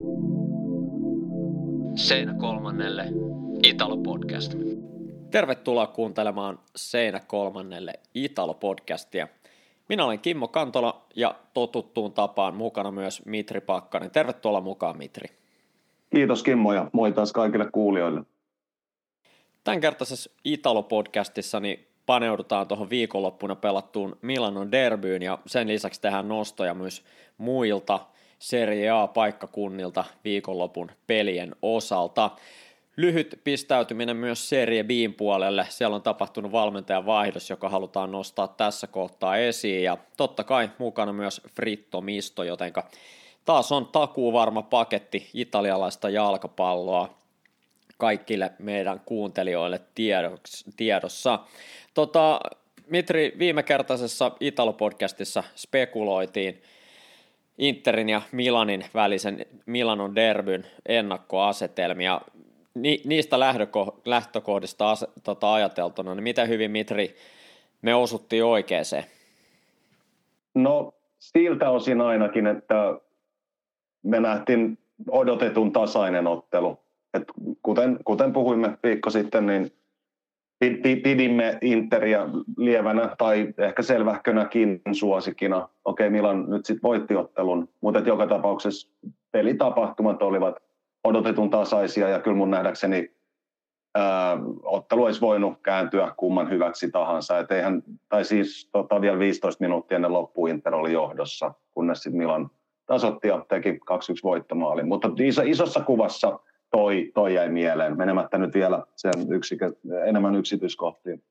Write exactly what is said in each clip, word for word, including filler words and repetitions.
Seinä kolmannelle Italo-podcast. Tervetuloa kuuntelemaan Seinä kolmannelle Italo-podcastia. Minä olen Kimmo Kantola ja totuttuun tapaan mukana myös Mitri Pakkanen. Tervetuloa mukaan, Mitri. Kiitos Kimmo ja moi taas kaikille kuulijoille. Tämänkertaisessa Italo-podcastissa niin paneudutaan tuohon viikonloppuna pelattuun Milanon derbyyn ja sen lisäksi tehdään nostoja myös muilta Serie A-paikkakunnilta viikonlopun pelien osalta. Lyhyt pistäytyminen myös Serie B:n puolelle. Siellä on tapahtunut valmentajan vaihdos, joka halutaan nostaa tässä kohtaa esiin. Ja totta kai mukana myös Fritto Misto, jotenka taas on takuuvarma paketti italialaista jalkapalloa kaikille meidän kuuntelijoille tiedossa. Tota, Mitri, viimekertaisessa Italo-podcastissa spekuloitiin Interin ja Milanin välisen Milanon derbyn ennakkoasetelmia. Ni, niistä lähdöko, lähtökohdista ase, tota, ajateltuna, niin miten hyvin, Mitri, me osuttiin oikeeseen? No siltä osin ainakin, että me nähtiin odotetun tasainen ottelu. Et kuten, kuten puhuimme viikko sitten, niin pidimme Interia lievänä tai ehkä selvähkönäkin suosikina. Okei, Milan nyt sitten voitti ottelun, mutta joka tapauksessa pelitapahtumat olivat odotetun tasaisia ja kyllä mun nähdäkseni ää, ottelu olisi voinut kääntyä kumman hyväksi tahansa. Et eihän, tai siis tota, vielä viisitoista minuuttia ennen loppuun Inter oli johdossa, kunnes sitten Milan tasoitti ja teki kaksi yksi voittomaalin. Mutta iso, isossa kuvassa Toi, toi jäi mieleen, menemättä nyt vielä sen yksikö, enemmän yksityiskohtiin.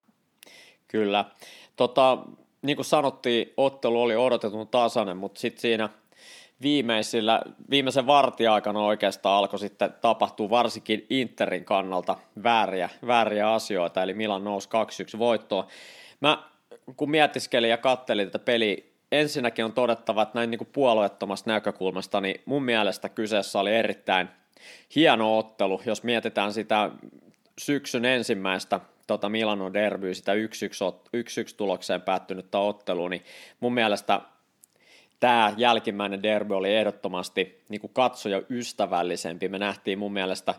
Kyllä. Tota, niin kuin sanottiin, ottelu oli odotetun tasainen, mutta sitten siinä viimeisillä, viimeisen vartija-aikana oikeastaan alkoi sitten tapahtua varsinkin Interin kannalta vääriä, vääriä asioita, eli Milan nousi kaksi yksi voittoon. Mä kun mietiskelin ja kattelin tätä peliä, ensinnäkin on todettava, että näin niin kuin puolueettomasta näkökulmasta, niin mun mielestä kyseessä oli erittäin hieno ottelu, jos mietitään sitä syksyn ensimmäistä tota Milanon derbyä, sitä yksi yksi tulokseen päättynyttä ottelua, niin mun mielestä tämä jälkimmäinen derby oli ehdottomasti niin kuin katsoja ystävällisempi. Me nähtiin mun mielestä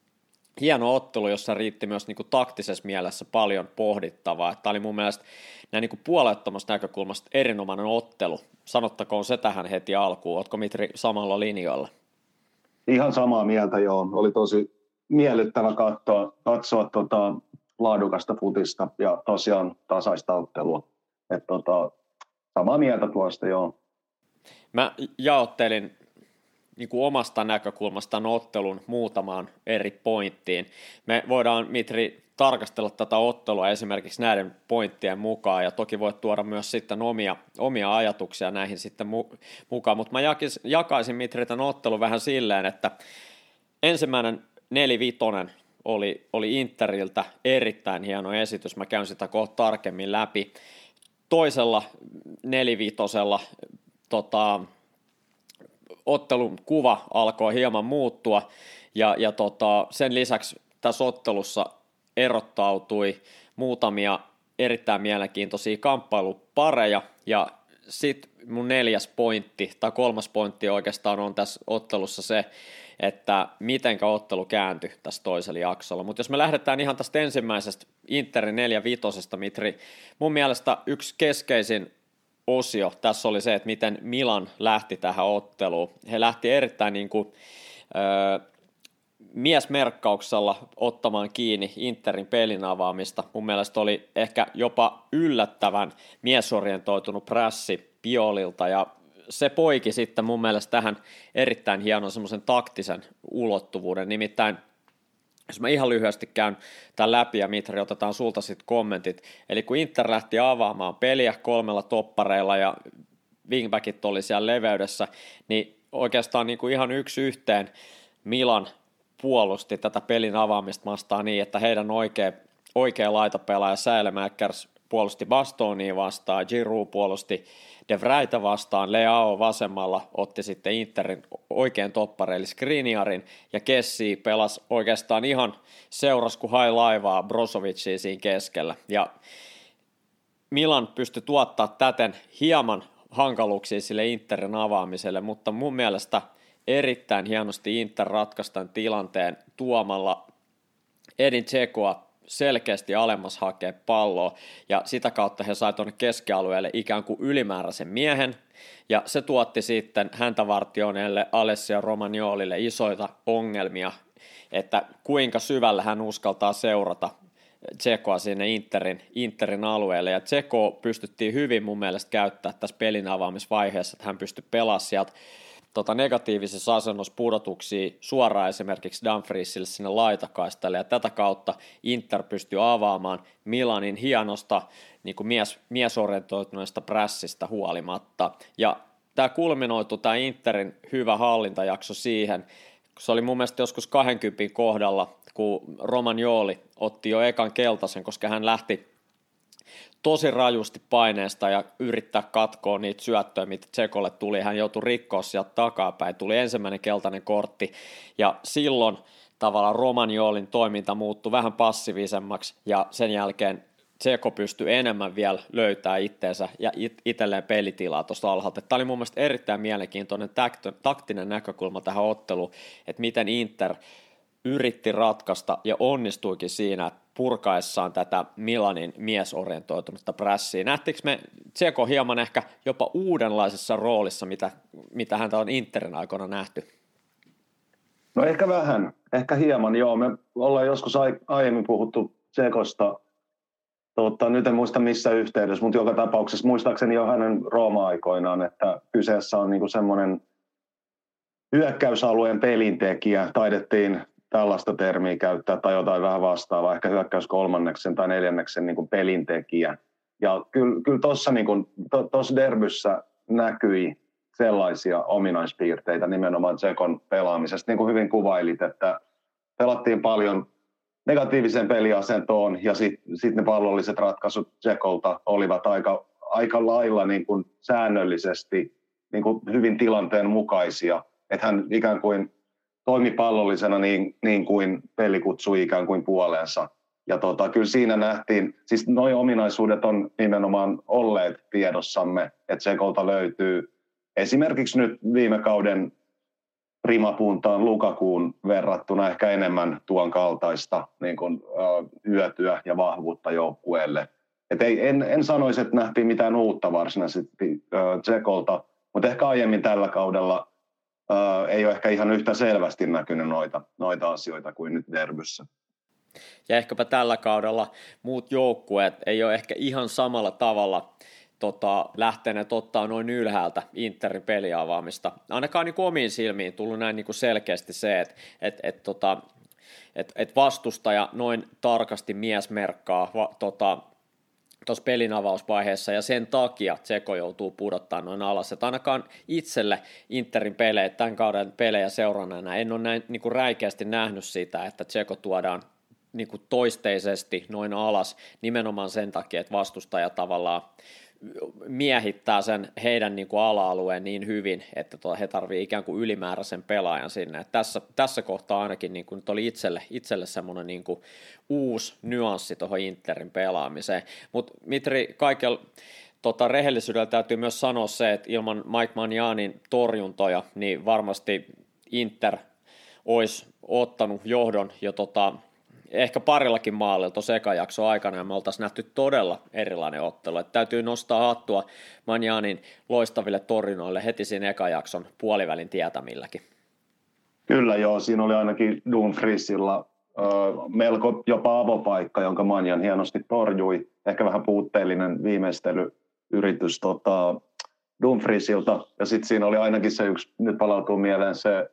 hieno ottelu, jossa riitti myös niin kuin taktisessa mielessä paljon pohdittavaa. Tämä oli mun mielestä näin niin kuin puolueettomasta näkökulmasta erinomainen ottelu. Sanottakoon se tähän heti alkuun. Ootko, Mitri, samalla linjoilla? Ihan samaa mieltä, joo. Oli tosi miellyttävä katsoa, katsoa tota laadukasta futista ja tosiaan tasaista ottelua. Et tota, samaa mieltä tuosta, joo. Mä jaottelin niin kuin omasta näkökulmastaan ottelun muutamaan eri pointtiin. Me voidaan, Mitri, tarkastella tätä ottelua esimerkiksi näiden pointtien mukaan, ja toki voit tuoda myös sitten omia, omia ajatuksia näihin sitten mu- mukaan, mutta mä jakis, jakaisin, Mitri, tämän ottelun vähän silleen, että ensimmäinen nelivitonen oli, oli Interiltä erittäin hieno esitys, mä käyn sitä kohta tarkemmin läpi. Toisella nelivitosella tota, ottelun kuva alkoi hieman muuttua, ja, ja tota, sen lisäksi tässä ottelussa erottautui muutamia erittäin mielenkiintoisia kamppailupareja, ja sitten mun neljäs pointti, tai kolmas pointti oikeastaan on tässä ottelussa se, että mitenkä ottelu kääntyi tässä toisella jaksolla. Mutta jos me lähdetään ihan tästä ensimmäisestä Interin neljä vitosesta, Mitri, mun mielestä yksi keskeisin osio tässä oli se, että miten Milan lähti tähän otteluun. He lähti erittäin niin kuin, öö, miesmerkkauksella ottamaan kiinni Interin pelin avaamista. Mun mielestä oli ehkä jopa yllättävän miesorientoitunut prässi Piolilta, ja se poiki sitten mun mielestä tähän erittäin hienon semmoisen taktisen ulottuvuuden. Nimittäin, jos mä ihan lyhyesti käyn tämän läpi ja Mitri, otetaan sulta sitten kommentit. Eli kun Inter lähti avaamaan peliä kolmella toppareilla ja wingbackit oli siellä leveydessä, niin oikeastaan niin kuin ihan yksi yhteen Milan puolusti tätä pelin avaamista vastaan niin, että heidän oikea, oikea laitapelaaja Säilemäkkärs puolusti Bastonia vastaan, Giroud puolusti De Vrijtä vastaan, Leao vasemmalla otti sitten Interin oikein toppareille Skriniarin, ja Kessi pelasi oikeastaan ihan seuras kuin hai laivaa Brozovicia siinä keskellä, ja Milan pystyi tuottaa täten hieman hankaluuksia sille Interin avaamiselle, mutta mun mielestä erittäin hienosti Inter ratkaistaan tilanteen tuomalla Edin Dzekoa selkeästi alemmas hakea palloa, ja sitä kautta he sai tuonne keskialueelle ikään kuin ylimääräisen miehen, ja se tuotti sitten häntä vartioineelle Alessio Romagnolille isoita ongelmia, että kuinka syvällä hän uskaltaa seurata Dzekoa sinne Interin, Interin alueelle, ja Dzeko pystyttiin hyvin mun mielestä käyttää tässä pelin avaamisvaiheessa, että hän pystyi pelaamaan sieltä tota negatiivisessa asennossa pudotuksia suoraan esimerkiksi Dumfriesille sinne laitakaistalle, ja tätä kautta Inter pystyy avaamaan Milanin hienosta niin kuin mies, miesorientoituneesta prässistä huolimatta, ja tämä kulminoitu, tämä Interin hyvä hallintajakso siihen, kun se oli mun mielestä joskus kaksikymmentä kohdalla, kun Romagnoli otti jo ekan keltaisen, koska hän lähti tosi rajusti paineesta ja yrittää katkoa niitä syöttöjä, mitä Dzekolle tuli. Hän joutui rikkoa sieltä takapäin. Tuli ensimmäinen keltainen kortti, ja silloin tavallaan Romagnolin toiminta muuttui vähän passiivisemmaksi, ja sen jälkeen Dzeko pystyi enemmän vielä löytämään itteensä ja it- itselleen pelitilaa tuosta alhaalta. Tämä oli mun mielestä erittäin mielenkiintoinen takt- taktinen näkökulma tähän otteluun, että miten Inter yritti ratkaista ja onnistuikin siinä purkaessaan tätä Milanin miesorientoitunutta prässiä. Nähtikö me Dzeko hieman ehkä jopa uudenlaisessa roolissa, mitä, mitä häntä on Interin aikoina nähty? No ehkä vähän, ehkä hieman, joo. Me ollaan joskus aiemmin puhuttu Dzekosta, Totta, nyt en muista missä yhteydessä, mutta joka tapauksessa muistaakseni jo hänen Rooma-aikoinaan, että kyseessä on niinku semmoinen hyökkäysalueen pelintekijä, taidettiin tällaista termiä käyttää tai jotain vähän vastaavaa, ehkä hyökkäys kolmanneksen tai neljänneksen niin kuin pelintekijä. Ja kyllä, kyllä tuossa niin to, derbyssä näkyi sellaisia ominaispiirteitä nimenomaan Dzekon pelaamisesta, niin kuin hyvin kuvailit, että pelattiin paljon negatiiviseen peliasentoon ja sitten sit ne pallolliset ratkaisut Dzekolta olivat aika, aika lailla niin kuin säännöllisesti niin kuin hyvin tilanteen mukaisia, että hän ikään kuin toimi pallollisena niin, niin kuin peli kutsui ikään kuin puoleensa. Ja tota, kyllä siinä nähtiin, siis nuo ominaisuudet on nimenomaan olleet tiedossamme, että Dzekolta löytyy esimerkiksi nyt viime kauden primapuntaan Lukakuun verrattuna ehkä enemmän tuon kaltaista niin kuin, uh, hyötyä ja vahvuutta joukkueelle. Et ei, en, en sanoisi, että nähtiin mitään uutta varsinaisesti uh, Dzekolta, mutta ehkä aiemmin tällä kaudella Uh, ei ole ehkä ihan yhtä selvästi näkynyt noita, noita asioita kuin nyt derbyssä. Ja ehkäpä tällä kaudella muut joukkueet ei ole ehkä ihan samalla tavalla tota, lähteneet ottaa noin ylhäältä Interin peliavaamista. Ainakaan niin kuin omiin silmiin tullut näin niin kuin selkeästi se, että et, et, tota, et, et vastustaja noin tarkasti miesmerkkaa va, tota, tuossa pelin avausvaiheessa, ja sen takia Dzeko joutuu pudottaa noin alas. Että ainakaan itselle Interin pelejä, tämän kauden pelejä seuranneena, en ole näin niin kuin räikeästi nähnyt sitä, että Dzeko tuodaan niin kuin toisteisesti noin alas nimenomaan sen takia, että vastustaja tavallaan miehittää sen heidän niin kuin ala-alueen niin hyvin, että he tarvii ikään kuin ylimääräisen pelaajan sinne. Että tässä, tässä kohtaa ainakin niin kuin nyt oli itselle, itselle semmoinen niin kuin uusi nyanssi tuohon Interin pelaamiseen. Mutta Mitri, kaikella tota, rehellisyydellä täytyy myös sanoa se, että ilman Mike Magnanin torjuntoja, niin varmasti Inter olisi ottanut johdon jo tota, ehkä parillakin maalilla tuossa ekan jakson aikana, ja me oltaisiin nähty todella erilainen ottelu. Että täytyy nostaa hattua Magnanin loistaville torjunnoille heti siinä ekan jakson puolivälin tietämilläkin. Kyllä joo, siinä oli ainakin Dumfriesilla äh, melko jopa avopaikka, jonka Magnan hienosti torjui. Ehkä vähän puutteellinen viimeistelyyritys tota, Dumfriesilta, ja sitten siinä oli ainakin se yksi, nyt palautuu mieleen se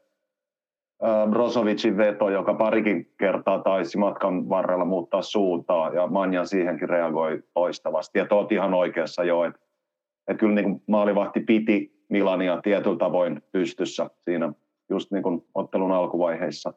Brozovicin veto, joka parikin kertaa taisi matkan varrella muuttaa suuntaa, ja Magnan siihenkin reagoi loistavasti. Ja olet ihan oikeassa jo, että, että kyllä niin kuin maalivahti piti Milania tietyllä tavoin pystyssä siinä just niin kuin ottelun alkuvaiheissa.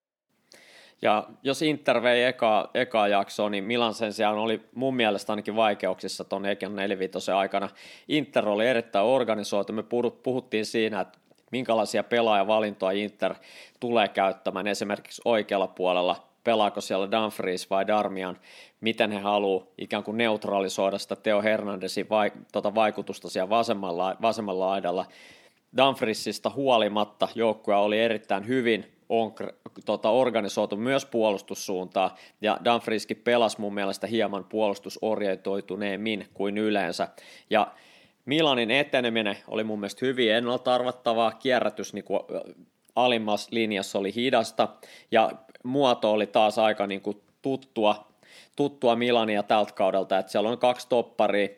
Ja jos Inter vei eka, eka jaksoa, niin Milan sen sijaan oli mun mielestä ainakin vaikeuksissa tuon ekan nelivitosen aikana. Inter oli erittäin organisoitu, me puhuttiin siinä, että minkälaisia pelaajavalintoja Inter tulee käyttämään esimerkiksi oikealla puolella, pelaako siellä Dumfries vai Darmian, miten he haluaa ikään kuin neutralisoida sitä Theo Hernandezin vai, tota vaikutusta siellä vasemmalla, vasemmalla laidalla. Dumfriesista huolimatta joukkue oli erittäin hyvin on, tota, organisoitu myös puolustussuuntaa, ja Dumfrieskin pelasi mun mielestä hieman puolustusorientoituneemmin kuin yleensä, ja Milanin eteneminen oli mun mielestä hyvin ennalta arvattavaa, kierrätys niin kuin alimmassa linjassa oli hidasta, ja muoto oli taas aika niin kuin tuttua, tuttua Milania tältä kaudelta, että siellä on kaksi topparia,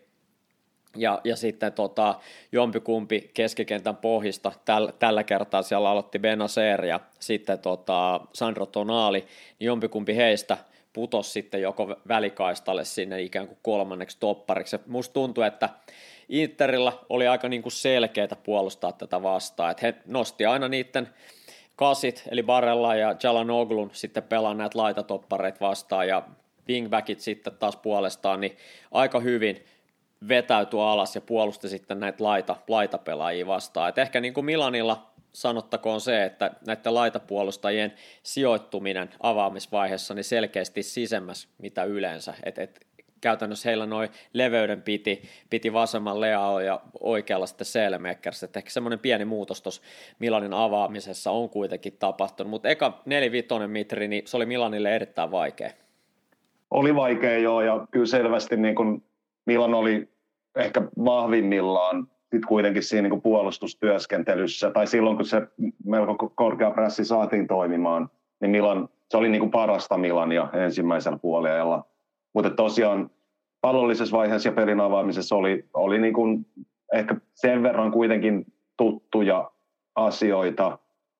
ja, ja sitten tota, jompikumpi keskikentän pohjista, Täl, tällä kertaa siellä aloitti Benacer ja sitten tota, Sandro Tonali, niin jompikumpi heistä putosi sitten joko välikaistalle sinne ikään kuin kolmanneksi toppariksi. Musta tuntuu, että Interillä oli aika niin kuin selkeää puolustaa tätä vastaan, että he nosti aina niiden kasit, eli Barella ja Çalhanoğlu'n sitten pelaa näitä laitatoppareita vastaan, ja wingbackit sitten taas puolestaan niin aika hyvin vetäytyi alas ja puolusti sitten näitä laita, laitapelaajia vastaan. Et ehkä niin kuin Milanilla sanottakoon se, että näiden laitapuolustajien sijoittuminen avaamisvaiheessa niin selkeästi sisemmäs mitä yleensä. Et, et käytännössä heillä noin leveyden piti, piti vasemman Leao ja oikealla sitten Saelemaekers. Et ehkä semmoinen pieni muutos tuossa Milanin avaamisessa on kuitenkin tapahtunut, mutta eka nelivitonen mitri, niin se oli Milanille erittäin vaikea. Oli vaikea joo, ja kyllä selvästi niin kun Milan oli ehkä vahvimmillaan sit kuitenkin siinä niin kuin puolustustyöskentelyssä, tai silloin kun se melko korkea pressi saatiin toimimaan, niin Milan, se oli niin kuin parasta Milania ensimmäisellä puolella. Mutta tosiaan pallollisessa vaiheessa ja pelin avaamisessa oli, oli niin kuin ehkä sen verran kuitenkin tuttuja asioita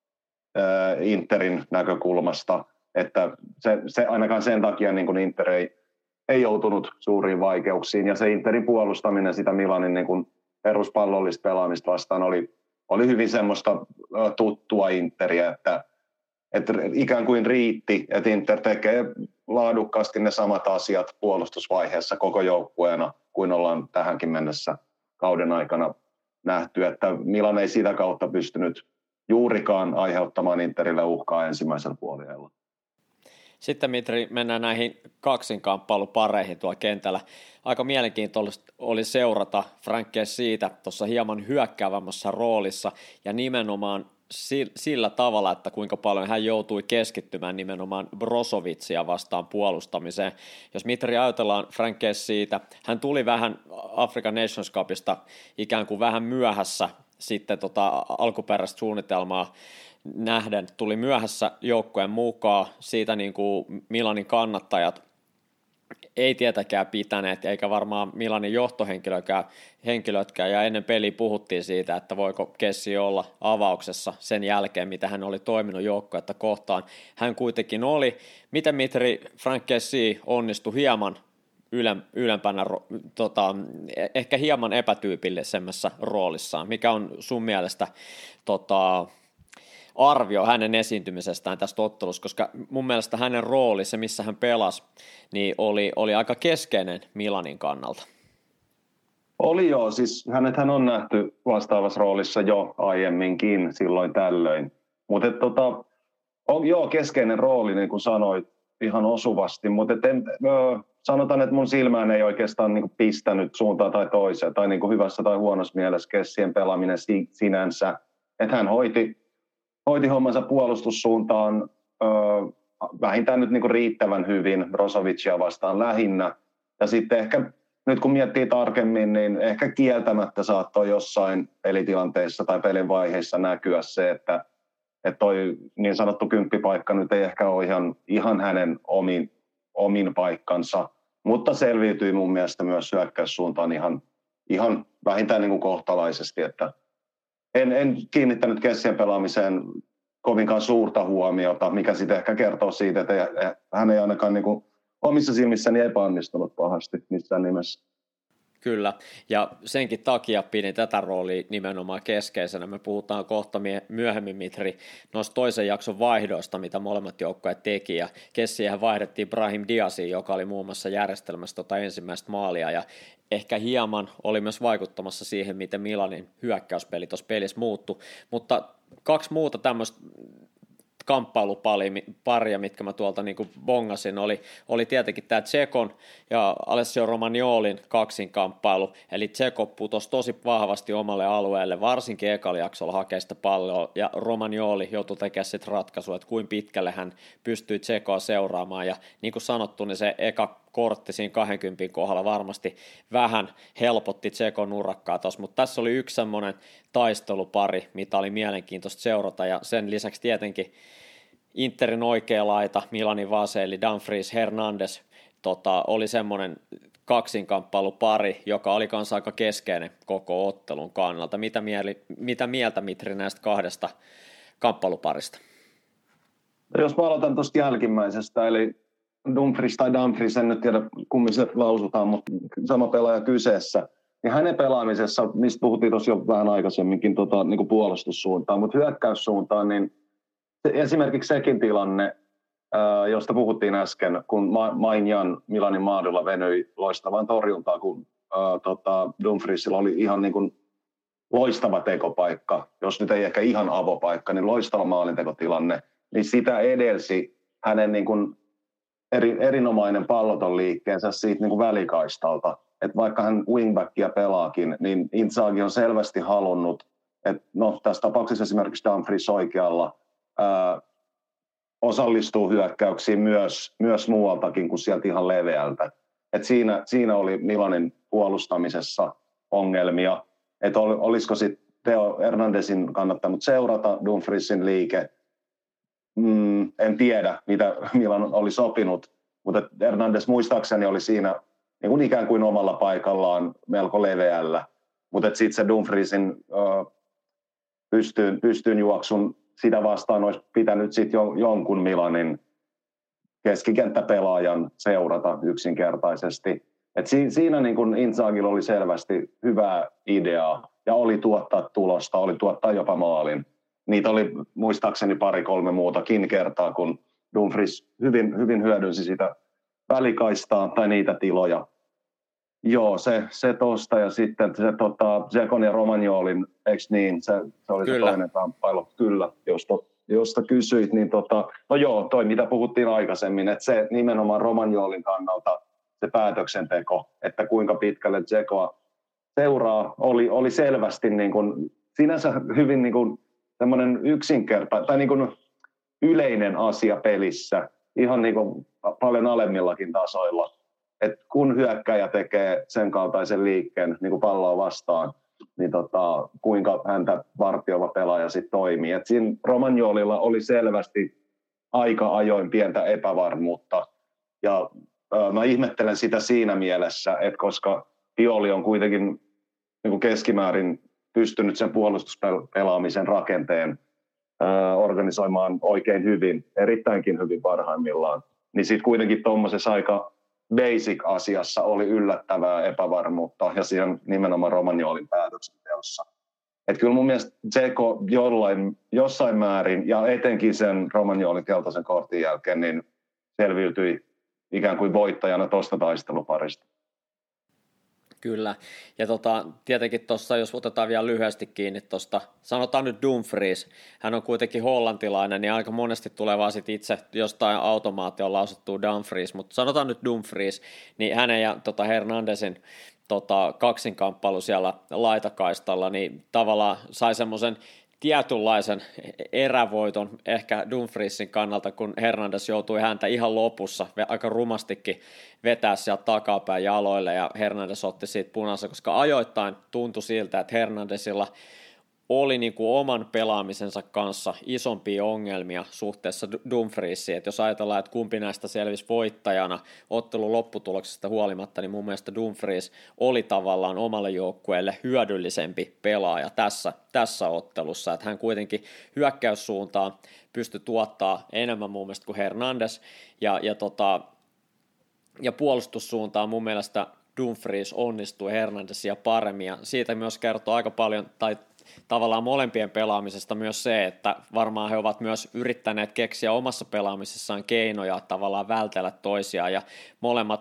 ää, Interin näkökulmasta, että se, se ainakaan sen takia niin kuin Inter ei, ei joutunut suuriin vaikeuksiin, ja se Interin puolustaminen sitä Milanin niin kuin peruspallollista pelaamista vastaan oli, oli hyvin semmoista tuttua Interiä, että, että ikään kuin riitti, että Inter tekee laadukkaasti ne samat asiat puolustusvaiheessa koko joukkueena, kuin ollaan tähänkin mennessä kauden aikana nähty, että Milan ei sitä kautta pystynyt juurikaan aiheuttamaan Interille uhkaa ensimmäisellä puolella. Sitten Mitri, mennään näihin kaksinkamppailupareihin tuolla kentällä. Aika mielenkiintoista oli seurata Frankia siitä tuossa hieman hyökkäävämmässä roolissa ja nimenomaan sillä tavalla, että kuinka paljon hän joutui keskittymään nimenomaan Brozovicia vastaan puolustamiseen. Jos Mitri ajatellaan Frankia siitä, hän tuli vähän African Nations Cupista ikään kuin vähän myöhässä sitten tota alkuperäistä suunnitelmaa nähden, tuli myöhässä joukkojen mukaan, siitä niin kuin Milanin kannattajat ei tietäkään pitäneet, eikä varmaan Milanin johtohenkilötkään, henkilötkään, ja ennen peliä puhuttiin siitä, että voiko Kessi olla avauksessa sen jälkeen, mitä hän oli toiminut joukkuetta kohtaan. Hän kuitenkin oli. Miten Mitri Frank Kessi onnistui hieman ylempänä, tota, ehkä hieman epätyypillisemmässä roolissaan? Mikä on sun mielestä tota, arvio hänen esiintymisestään tästä ottelussa, koska mun mielestä hänen rooli, se missä hän pelasi, niin oli, oli aika keskeinen Milanin kannalta. Oli joo, siis hänethän on nähty vastaavassa roolissa jo aiemminkin silloin tällöin, mutta tota, on joo keskeinen rooli, niin kuin sanoit ihan osuvasti, mutta en, ö, sanotaan, että mun silmään ei oikeastaan niin kuin pistänyt suuntaan tai toiseen, tai niin kuin hyvässä tai huonossa mielessä Kessien pelaaminen si- sinänsä, että hän hoiti hoiti hommansa puolustussuuntaan ö, vähintään nyt niin kuin riittävän hyvin, Brozovicia vastaan lähinnä. Ja sitten ehkä nyt kun miettii tarkemmin, niin ehkä kieltämättä saattoi jossain pelitilanteissa tai pelin vaiheissa näkyä se, että, että toi niin sanottu kymppipaikka nyt ei ehkä ole ihan, ihan hänen omin, omin paikkansa, mutta selviytyi mun mielestä myös hyökkäyssuuntaan ihan, ihan vähintään niin kuin kohtalaisesti, että En, en kiinnittänyt Kessien pelaamiseen kovinkaan suurta huomiota, mikä sitten ehkä kertoo siitä, että hän ei ainakaan niin kuin omissa silmissäni epäonnistunut pahasti missään nimessä. Kyllä, ja senkin takia pidin tätä roolia nimenomaan keskeisenä. Me puhutaan kohta myöhemmin, Mitri, noista toisen jakson vaihdoista, mitä molemmat joukkueet teki, ja Kessiähän vaihdettiin Brahim Diaziin, joka oli muun muassa järjestelmässä tota ensimmäistä maalia, ja ehkä hieman oli myös vaikuttamassa siihen, miten Milanin hyökkäyspeli tuossa pelissä muuttui, mutta kaksi muuta tämmöistä kamppailuparia, mitkä mä tuolta niin kuin bongasin, oli, oli tietenkin tämä Tsekon ja Alessio Romagnolin kaksinkamppailu, eli Tseko putosi tosi vahvasti omalle alueelle, varsinkin ekalla jaksolla hakee sitä palloa, ja Romagnoli joutui tekemään sitten ratkaisua, että kuinka pitkälle hän pystyi Tsekoa seuraamaan, ja niin kuin sanottu, niin se eka kortti siinä kaksikymmentä kohdalla varmasti vähän helpotti Tsekon urakkaa tuossa, mutta tässä oli yksi semmoinen taistelupari, mitä oli mielenkiintoista seurata, ja sen lisäksi tietenkin Interin oikea laita, Milanin vase, eli Dumfries Hernandez, tota, oli semmoinen kaksinkamppailupari, joka oli kanssa aika keskeinen koko ottelun kannalta. Mitä, mieli, mitä mieltä, Mitri, näistä kahdesta kamppailuparista? Jos mä aloitan tuosta jälkimmäisestä, eli Dumfries tai Dumfries, en nyt tiedä kummin se lausutaan, mutta sama pelaaja kyseessä. Ja hänen pelaamisessa, mistä puhuttiin tuossa jo vähän aikaisemminkin tota, niin kuin puolustussuuntaan, mutta hyökkäyssuuntaan, niin esimerkiksi sekin tilanne, ää, josta puhuttiin äsken, kun Maignan Milanin maadulla venyi loistavaan torjuntaan, kun ää, tota, Dumfriesilla oli ihan niin kuin loistava tekopaikka, jos nyt ei ehkä ihan avopaikka, niin loistava maalintekotilanne, niin sitä edelsi hänen niin kuin eri, erinomainen palloton liikkeensä siitä niin kuin välikaistalta. Että vaikka hän wingbackia pelaakin, niin Inzaghi on selvästi halunnut, että no tässä tapauksessa esimerkiksi Dumfries oikealla ää, osallistuu hyökkäyksiin myös, myös muualtakin kuin sieltä ihan leveältä. Et siinä, siinä oli Milanin puolustamisessa ongelmia, että ol, olisiko sitten Theo Hernandezin kannattanut seurata Dumfriesin liike. Mm, en tiedä, mitä Milan oli sopinut, mutta Hernandez muistaakseni oli siinä niin kuin ikään kuin omalla paikallaan melko leveällä, mutta sitten se Dumfriesin uh, pystyyn, pystyyn juoksun sitä vastaan olisi pitänyt sitten jo, jonkun Milanin keskikenttäpelaajan seurata yksinkertaisesti. Et si, siinä niin kun Inzagilla oli selvästi hyvää ideaa ja oli tuottaa tulosta, oli tuottaa jopa maalin. Niitä oli muistaakseni pari-kolme muutakin kertaa, kun Dumfries hyvin, hyvin hyödynsi sitä välikaistaa tai niitä tiloja. Joo, se, se tosta ja sitten se tota, Tsekon ja Romagnolin, eikö niin, se, se oli Kyllä. se toinen kamppailu. Kyllä, josta, josta kysyit, niin tota, no joo, toi mitä puhuttiin aikaisemmin, että se nimenomaan Romagnolin kannalta se päätöksenteko, että kuinka pitkälle Tsekoa seuraa, oli, oli selvästi niin kuin, sinänsä hyvin niin kuin semmoinen yksinkertainen tai niin kuin yleinen asia pelissä, ihan niin kuin paljon alemmillakin tasoilla. Et kun hyökkäjä tekee sen kaltaisen liikkeen niin kuin palloa vastaan, niin tota, kuinka häntä vartioiva pelaaja sitten toimii. Et siinä Romagnolilla oli selvästi aika ajoin pientä epävarmuutta. Ja äh, mä ihmettelen sitä siinä mielessä, että koska Pioli on kuitenkin niin kuin keskimäärin pystynyt sen puolustuspelaamisen rakenteen äh, organisoimaan oikein hyvin, erittäinkin hyvin parhaimmillaan, niin sitten kuitenkin tuommoisessa aika basic-asiassa oli yllättävää epävarmuutta ja siihen nimenomaan Romagnolin päätöksenteossa. Että kyllä mun mielestä Dzeko jollain, jossain määrin ja etenkin sen Romagnolin keltaisen kortin jälkeen niin selviytyi ikään kuin voittajana tuosta taisteluparista. Kyllä, ja tota, tietenkin tuossa, jos otetaan vielä lyhyesti kiinni tuosta, sanotaan nyt Dumfries, hän on kuitenkin hollantilainen, niin aika monesti tulee vaan sit itse jostain automaatioon lausuttua Dumfries, mutta sanotaan nyt Dumfries, niin hänen ja tota Hernandezin tota, kaksinkamppailu siellä laitakaistalla, niin tavallaan sai semmoisen tietynlaisen erävoiton ehkä Dumfriesin kannalta, kun Hernandez joutui häntä ihan lopussa aika rumastikin vetää sieltä takapäin jaloille ja Hernandez otti siitä punaisen, koska ajoittain tuntui siltä, että Hernandezilla oli niin kuin oman pelaamisensa kanssa isompia ongelmia suhteessa Dumfriesiin, että jos ajatellaan, että kumpi näistä selvisi voittajana ottelun lopputuloksesta huolimatta, niin mun mielestä Dumfries oli tavallaan omalle joukkueelle hyödyllisempi pelaaja tässä, tässä ottelussa, että hän kuitenkin hyökkäyssuuntaan pystyi tuottaa enemmän mun mielestä kuin Hernandez, ja, ja, tota, ja puolustussuuntaan mun mielestä Dumfries onnistui Hernandezia paremmin, ja siitä myös kertoo aika paljon, tai tavallaan molempien pelaamisesta myös se, että varmaan he ovat myös yrittäneet keksiä omassa pelaamisessaan keinoja tavallaan vältellä toisiaan, ja molemmat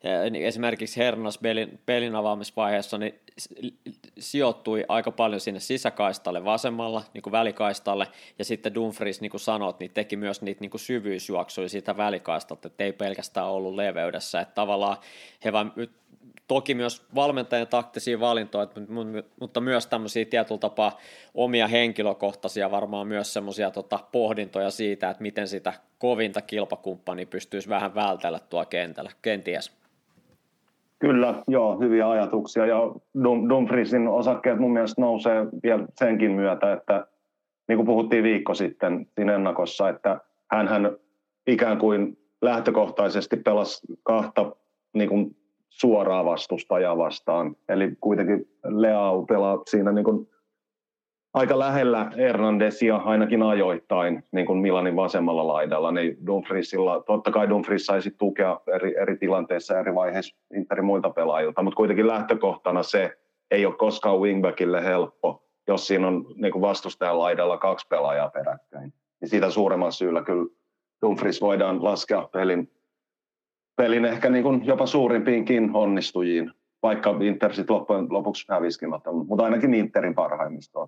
esimerkiksi Hernas pelin, pelin avaamisvaiheessa niin sijoittui aika paljon sinne sisäkaistalle vasemmalla, niin kuin välikaistalle, ja sitten Dumfries, niin kuin sanot, niin teki myös niitä niin kuin syvyysjuoksuja siitä välikaistalta, että ei pelkästään ollut leveydessä, että tavallaan he vaan, toki myös valmentajien taktisia valintoja, mutta myös tämmöisiä tietyllä tapaa omia henkilökohtaisia varmaan myös semmoisia tota, pohdintoja siitä, että miten sitä kovinta kilpakumppania pystyisi vähän vältellä tuo kentällä, kenties. Kyllä, joo, hyviä ajatuksia, ja Dum- Dumfriesin osakkeet mun mielestä nousee vielä senkin myötä, että niin kuin puhuttiin viikko sitten siinä ennakossa, että hänhän ikään kuin lähtökohtaisesti pelasi kahta niin kuin suoraa vastustajaa vastaan, eli kuitenkin Leao pelaa siinä niin kuin aika lähellä Hernandesia ainakin ajoittain niin kuin Milanin vasemmalla laidalla, niin Dumfriesilla, totta kai Dumfries saisi tukea eri, eri tilanteissa eri vaiheissa Interin muilta pelaajilta, mutta kuitenkin lähtökohtana se ei ole koskaan wingbackille helppo, jos siinä on niin kuin vastustajan laidalla kaksi pelaajaa peräkkäin. Niin siitä suuremmalla syyllä kyllä Dumfries voidaan laskea pelin, pelin ehkä niin kuin jopa suurimpiinkin onnistujiin, vaikka Inter sitten loppujen lopuksi häviskin, mutta ainakin Interin parhaimmistoon.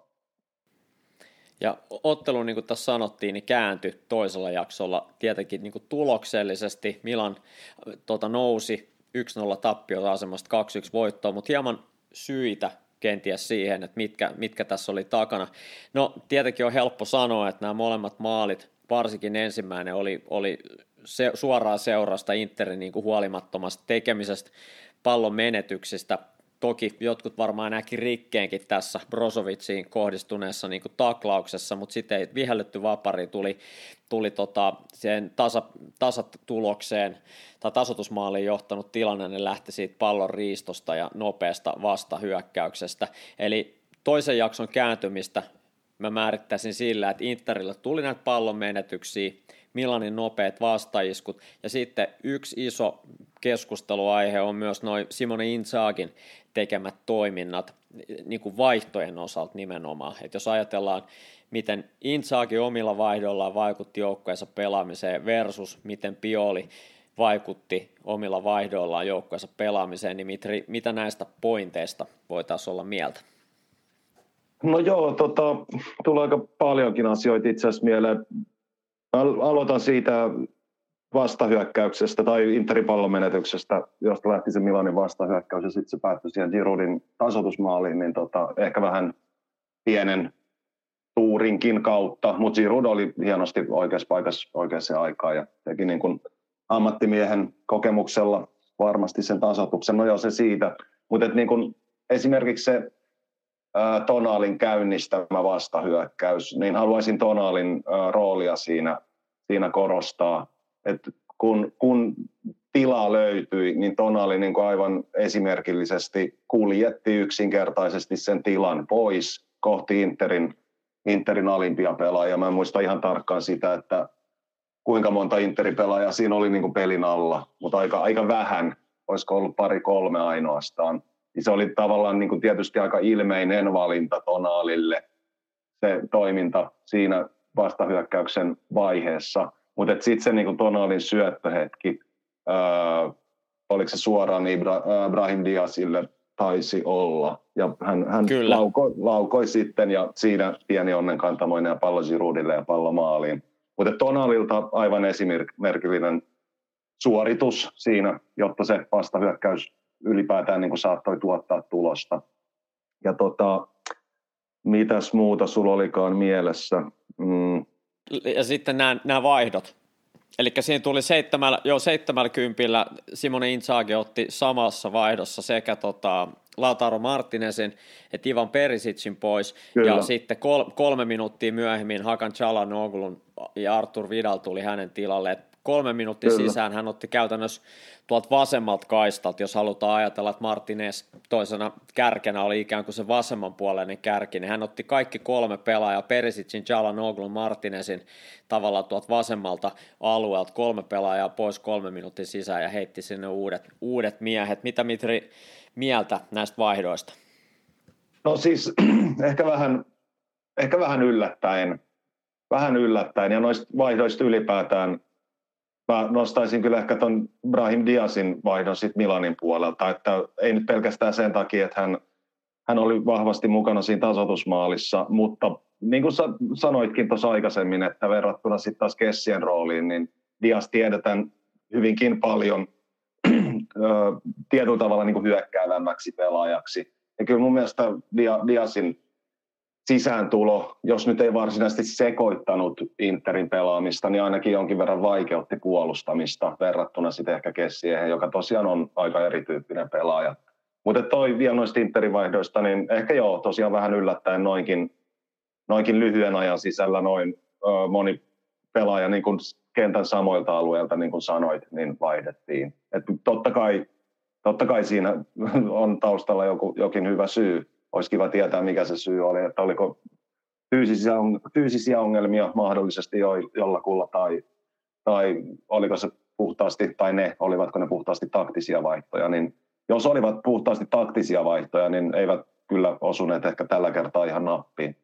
Ja ottelu, niin kuin tässä sanottiin, niin kääntyi toisella jaksolla tietenkin niin kuin tuloksellisesti. Milan tota, nousi yksi nolla tappiota asemasta kaksi yksi voittoa, mutta hieman syitä kenties siihen, että mitkä, mitkä tässä oli takana. No tietenkin on helppo sanoa, että nämä molemmat maalit, varsinkin ensimmäinen, oli, oli se, suoraan seurasta Interin niin kuin huolimattomasta tekemisestä, pallon menetyksistä. Toki jotkut varmaan näki rikkeenkin tässä Brozovicin kohdistuneessa niin kuin taklauksessa, mutta sitten ei vihelletty vapari, tuli, tuli tota, sen tasa, tasatulokseen tai tasoitusmaaliin johtanut tilanne, ne lähti siitä pallon riistosta ja nopeasta vastahyökkäyksestä. Eli toisen jakson kääntymistä mä määrittäisin sillä, että Interille tuli näitä pallon menetyksiä, Milanin nopeat vastaiskut, ja sitten yksi iso keskusteluaihe on myös noin Simone Inzaghin tekemät toiminnat niin kuin vaihtojen osalta nimenomaan. Et jos ajatellaan, miten Inzaghi omilla vaihdoillaan vaikutti joukkueensa pelaamiseen versus miten Pioli vaikutti omilla vaihdoillaan joukkueensa pelaamiseen, niin Mitri, mitä näistä pointeista voitaisiin olla mieltä? No joo, tota, tulee aika paljonkin asioita itse asiassa mieleen. Aloitan siitä vastahyökkäyksestä tai Interin pallonmenetyksestä, josta lähti se Milanin vastahyökkäys ja sitten se päättyi siihen Giroudin tasoitusmaaliin, niin tota, ehkä vähän pienen tuurinkin kautta, mutta Giroud oli hienosti oikeassa paikassa oikeaan aikaan ja teki niin kuin ammattimiehen kokemuksella varmasti sen tasoituksen. No joo, se siitä, mutta niin kuin esimerkiksi se ää, Tonalin käynnistämä vastahyökkäys, niin haluaisin Tonalin ää, roolia siinä, siinä korostaa. Et kun, kun tilaa löytyi, niin Tonali niin kuin aivan esimerkillisesti kuljetti yksinkertaisesti sen tilan pois kohti Interin, Interin alimpia pelaajia. Mä en muista ihan tarkkaan sitä, että kuinka monta Interin pelaajaa siinä oli niin kuin pelin alla, mutta aika, aika vähän, olisiko ollut pari kolme ainoastaan. Niin se oli tavallaan niin kuin tietysti aika ilmeinen valinta Tonalille, se toiminta siinä vastahyökkäyksen vaiheessa. Mutta sitten se niin Tonalin syöttöhetki, ää, oliko se suoraan Ibra, Brahim Diazille taisi olla. Ja hän, hän laukoi, laukoi sitten ja siinä pieni onnenkantamoinen ja pallo Giroudille ja pallo maaliin. Mutta Tonalilta aivan esimerkillinen suoritus siinä, jotta se vastahyökkäys ylipäätään niin saattoi tuottaa tulosta. Ja tota, mitäs muuta sulla olikaan mielessä? Mm. Ja sitten nämä, nämä vaihdot. Eli siinä tuli seitsemällä, jo seitsemälkympillä Simone Inzaghi otti samassa vaihdossa sekä tota, Lautaro Martinezin että Ivan Perisicin pois. Kyllä. Ja sitten kol, kolme minuuttia myöhemmin Hakan Çalhanoğlu'n ja Artur Vidal tuli hänen tilalle. Et kolme minuuttia Kyllä. sisään hän otti käytännössä tuolta vasemmalta kaistalta, jos halutaan ajatella, että Martinez toisena kärkenä oli ikään kuin se vasemmanpuoleinen kärki, niin hän otti kaikki kolme pelaajaa, Perisicin, Çalhanoğlu'n, Martinezin tavallaan tuolta vasemmalta alueelta kolme pelaajaa pois kolme minuutin sisään ja heitti sinne uudet, uudet miehet. Mitä Mitri mieltä näistä vaihdoista? No siis ehkä vähän, ehkä vähän yllättäen, vähän yllättäen ja noista vaihdoista ylipäätään Mä nostaisin kyllä ehkä ton Brahim Diazin vaihdon sit Milanin puolelta, että ei nyt pelkästään sen takia, että hän, hän oli vahvasti mukana siinä tasoitusmaalissa, mutta niin kuin sä sanoitkin tuossa aikaisemmin, että verrattuna sitten taas Kessien rooliin, niin Diaz tiedetään hyvinkin paljon tietyllä tavalla niin kuin hyökkäävämmäksi pelaajaksi. Ja kyllä mun mielestä Diazin sisääntulo, jos nyt ei varsinaisesti sekoittanut Interin pelaamista, niin ainakin jonkin verran vaikeutti puolustamista verrattuna sitten ehkä Kessiehen, joka tosiaan on aika erityyppinen pelaaja. Mutta toi vielä noista Interin vaihdoista, niin ehkä joo, tosiaan vähän yllättäen noinkin, noinkin lyhyen ajan sisällä noin ö, moni pelaaja niin kuin kentän samoilta alueilta, niin kuin sanoit, niin vaihdettiin. Et totta kai, totta kai siinä on taustalla joku, jokin hyvä syy. Olisi kiva tietää, mikä se syy oli, että oliko fyysisiä, fyysisiä ongelmia mahdollisesti jo, jollakulla, tai, tai oliko se puhtaasti, tai ne, olivatko ne puhtaasti taktisia vaihtoja. Niin jos olivat puhtaasti taktisia vaihtoja, niin eivät kyllä osuneet ehkä tällä kertaa ihan nappiin.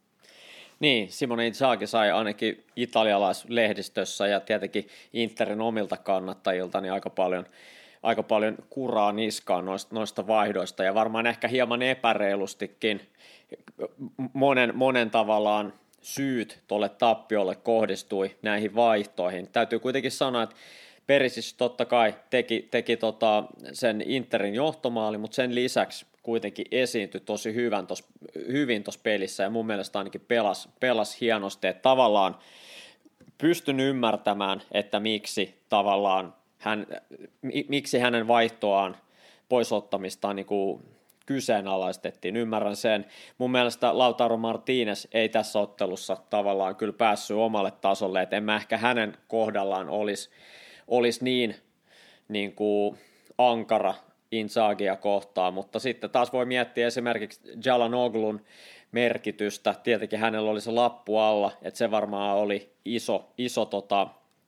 Niin, Simone Inzaghi sai ainakin italialaislehdistössä ja tietenkin Interin omilta kannattajilta niin aika paljon aika paljon kuraa niskaan noista, noista vaihdoista ja varmaan ehkä hieman epäreilustikin monen, monen tavallaan syyt tuolle tappiolle kohdistui näihin vaihtoihin. Täytyy kuitenkin sanoa, että Perisic totta kai teki, teki tota sen Interin johtomaali, mutta sen lisäksi kuitenkin esiintyi tosi hyvän tos, hyvin tuossa pelissä ja mun mielestä ainakin pelasi, pelasi hienosti, että tavallaan pystyn ymmärtämään, että miksi tavallaan hän, miksi hänen vaihtoaan poisottamistaan niin kuin kyseenalaistettiin. Ymmärrän sen. Mun mielestä Lautaro Martínez ei tässä ottelussa tavallaan kyllä päässyt omalle tasolle, että en mä ehkä hänen kohdallaan olisi, olisi niin, niin kuin ankara Inzaghia kohtaan, mutta sitten taas voi miettiä esimerkiksi Çalhanoğlu'n merkitystä. Tietenkin hänellä oli se lappu alla, että se varmaan oli iso, iso tota,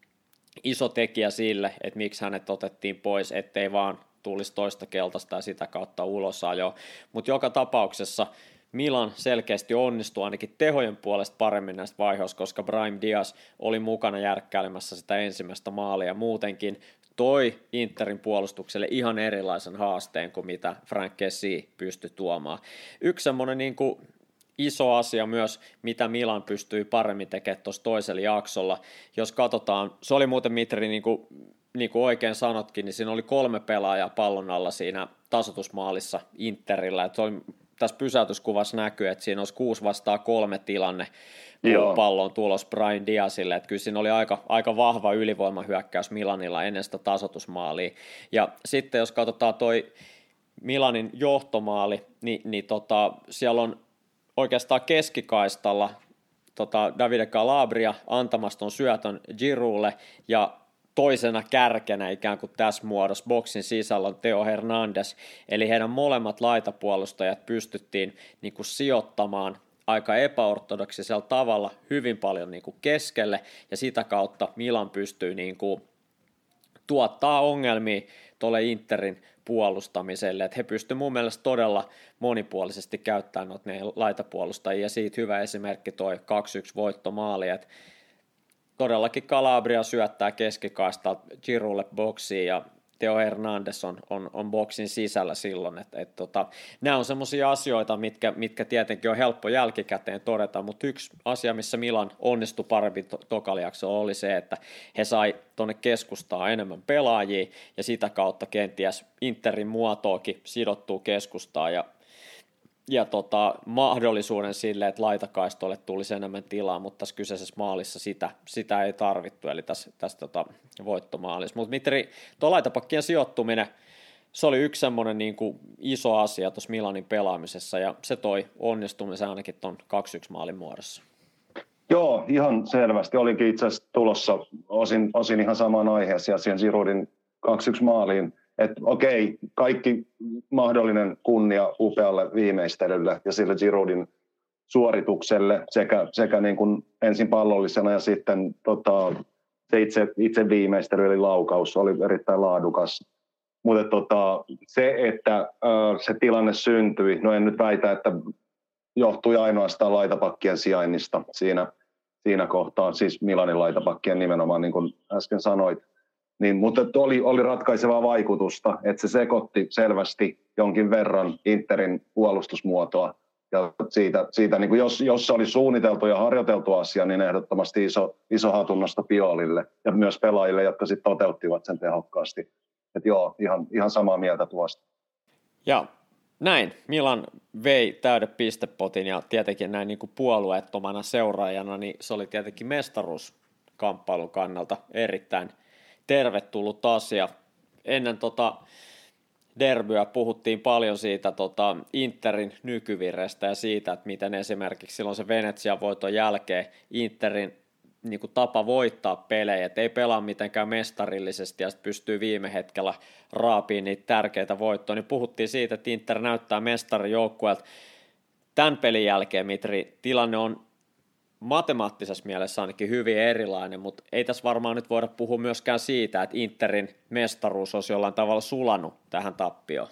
iso tekijä sille, että miksi hänet otettiin pois, ettei vaan tulisi toista keltaista ja sitä kautta ulosajoa. Mutta joka tapauksessa Milan selkeästi onnistui ainakin tehojen puolesta paremmin näistä vaiheista, koska Brahim Diaz oli mukana järkkäilemässä sitä ensimmäistä maalia. Muutenkin toi Interin puolustukselle ihan erilaisen haasteen kuin mitä Franck Kessié pystyi tuomaan. Yksi semmoinen niin kuin iso asia myös, mitä Milan pystyi paremmin tekemään tuossa toisella jaksolla. Jos katsotaan, se oli muuten Mitri, niin kuin, niin kuin oikein sanotkin, niin siinä oli kolme pelaajaa pallon alla siinä tasoitusmaalissa Interillä. Että oli, tässä pysäytyskuvassa näkyy, että siinä olisi kuusi vastaan kolme tilanne, kun Joo. pallo on tulos Brahim Diazille. Että kyllä siinä oli aika, aika vahva ylivoimahyökkäys Milanilla ennen sitä tasoitusmaalia. Ja sitten jos katsotaan toi Milanin johtomaali, niin, niin tota, siellä on oikeastaan keskikaistalla tota Davide Calabria antamassa ton syötön Giroulle ja toisena kärkenä ikään kuin tässä muodossa boksin sisällä on Theo Hernandez, eli heidän molemmat laitapuolustajat pystyttiin niin kuin sijoittamaan aika epäortodoksisella tavalla hyvin paljon niin kuin keskelle ja sitä kautta Milan pystyy niin kuin tuottaa ongelmia tuolle Interin puolustamiselle, että he pystyivät mun mielestä todella monipuolisesti käyttämään noita laitapuolustajia, ja siitä hyvä esimerkki toi kaksi yksi voittomaali, että todellakin Calabria syöttää keskikaista Giroulle boksiin, ja Theo Hernandez on, on, on boksin sisällä silloin, että et tota, nämä on semmoisia asioita, mitkä, mitkä tietenkin on helppo jälkikäteen todeta, mutta yksi asia, missä Milan onnistui paremmin to- tokalijaksolla oli se, että he sai tuonne keskustaan enemmän pelaajia, ja sitä kautta kenties Interin muotoakin sidottuu keskustaan, ja ja tota, mahdollisuuden sille, että laitakaistolle tulisi enemmän tilaa, mutta tässä kyseisessä maalissa sitä, sitä ei tarvittu, eli tässä, tässä tota, voittomaalissa. Mutta Mitri, tuo laitapakkien sijoittuminen, se oli yksi semmoinen niin kuin iso asia tuossa Milanin pelaamisessa, ja se toi onnistumisen ainakin tuon kaksi yksi maalin muodossa. Joo, ihan selvästi. Olinkin itse asiassa tulossa osin, osin ihan samaan aiheeseen ja siihen Giroudin kaksi yksi maaliin. Että okei, kaikki mahdollinen kunnia upealle viimeistelylle ja sille Giroudin suoritukselle sekä, sekä niin kuin ensin pallollisena ja sitten tota, se itse, itse viimeistely eli laukaus oli erittäin laadukas. Mutta tota, se, että äh, se tilanne syntyi, no en nyt väitä, että johtui ainoastaan laitapakkien sijainnista siinä, siinä kohtaa, siis Milanin laitapakkien nimenomaan, niin kuin äsken sanoit. Niin, mutta oli, oli ratkaisevaa vaikutusta, että se sekoitti selvästi jonkin verran Interin puolustusmuotoa. Ja siitä, siitä niin kuin jos, jos se oli suunniteltu ja harjoiteltu asia, niin ehdottomasti iso, iso hatunnosto Piolille ja myös pelaajille, jotka sitten toteuttivat sen tehokkaasti. Että joo, ihan, ihan samaa mieltä tuosta. Ja näin, Milan vei täyden pistepotin ja tietenkin näin niin kuin puolueettomana seuraajana, niin se oli tietenkin mestaruuskamppailun kannalta erittäin tervetullut asia. Ennen tota derbyä puhuttiin paljon siitä tota Interin nykyvirrestä ja siitä, että miten esimerkiksi silloin se Venetsian voiton jälkeen Interin niin kuin tapa voittaa pelejä, että ei pelaa mitenkään mestarillisesti ja sitten pystyy viime hetkellä raapiin niitä tärkeitä voittoja, niin puhuttiin siitä, että Inter näyttää mestarijoukkueelta. Tämän pelin jälkeen, Mitri, tilanne on matemaattisessa mielessä ainakin hyvin erilainen, mutta ei tässä varmaan nyt voida puhua myöskään siitä, että Interin mestaruus olisi jollain tavalla sulanut tähän tappioon.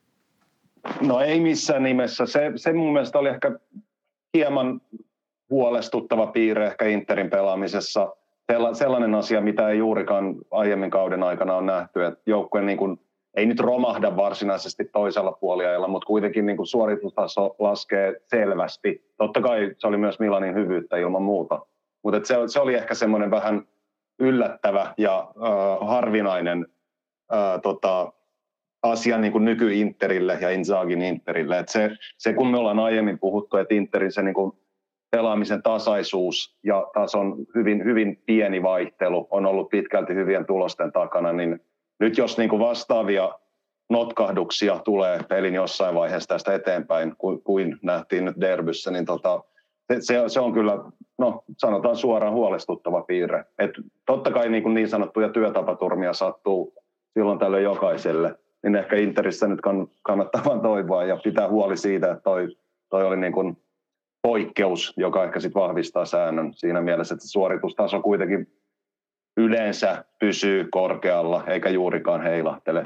No ei missään nimessä. Se, se mun mielestä oli ehkä hieman huolestuttava piirre ehkä Interin pelaamisessa. Sellainen asia, mitä ei juurikaan aiemmin kauden aikana on nähty, että joukkue niin kuin, ei nyt romahda varsinaisesti toisella puoliajalla, mutta kuitenkin niin kuin suoritustaso laskee selvästi. Totta kai se oli myös Milanin hyvyyttä ilman muuta, mutta se, se oli ehkä semmoinen vähän yllättävä ja äh, harvinainen äh, tota, asia niin kuin nyky-Interille ja Inzaghin Interille. Et se, se, kun me ollaan aiemmin puhuttu, että Interin se niin kuin pelaamisen tasaisuus ja tason hyvin, hyvin pieni vaihtelu on ollut pitkälti hyvien tulosten takana, niin nyt jos niin kuin vastaavia notkahduksia tulee pelin jossain vaiheessa tästä eteenpäin, kuin, kuin nähtiin nyt derbyssä, niin tota, se, se on kyllä, no sanotaan suoraan huolestuttava piirre. Et totta kai niin, kuin niin sanottuja työtapaturmia sattuu silloin tällöin jokaiselle, niin ehkä Interissä nyt kannattaa vaan toivoa ja pitää huoli siitä, että toi, toi oli niin kuin poikkeus, joka ehkä sitten vahvistaa säännön siinä mielessä, että suoritustaso kuitenkin yleensä pysyy korkealla eikä juurikaan heilahtele.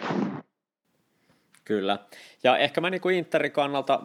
Kyllä. Ja ehkä mä niin kuin Interin kannalta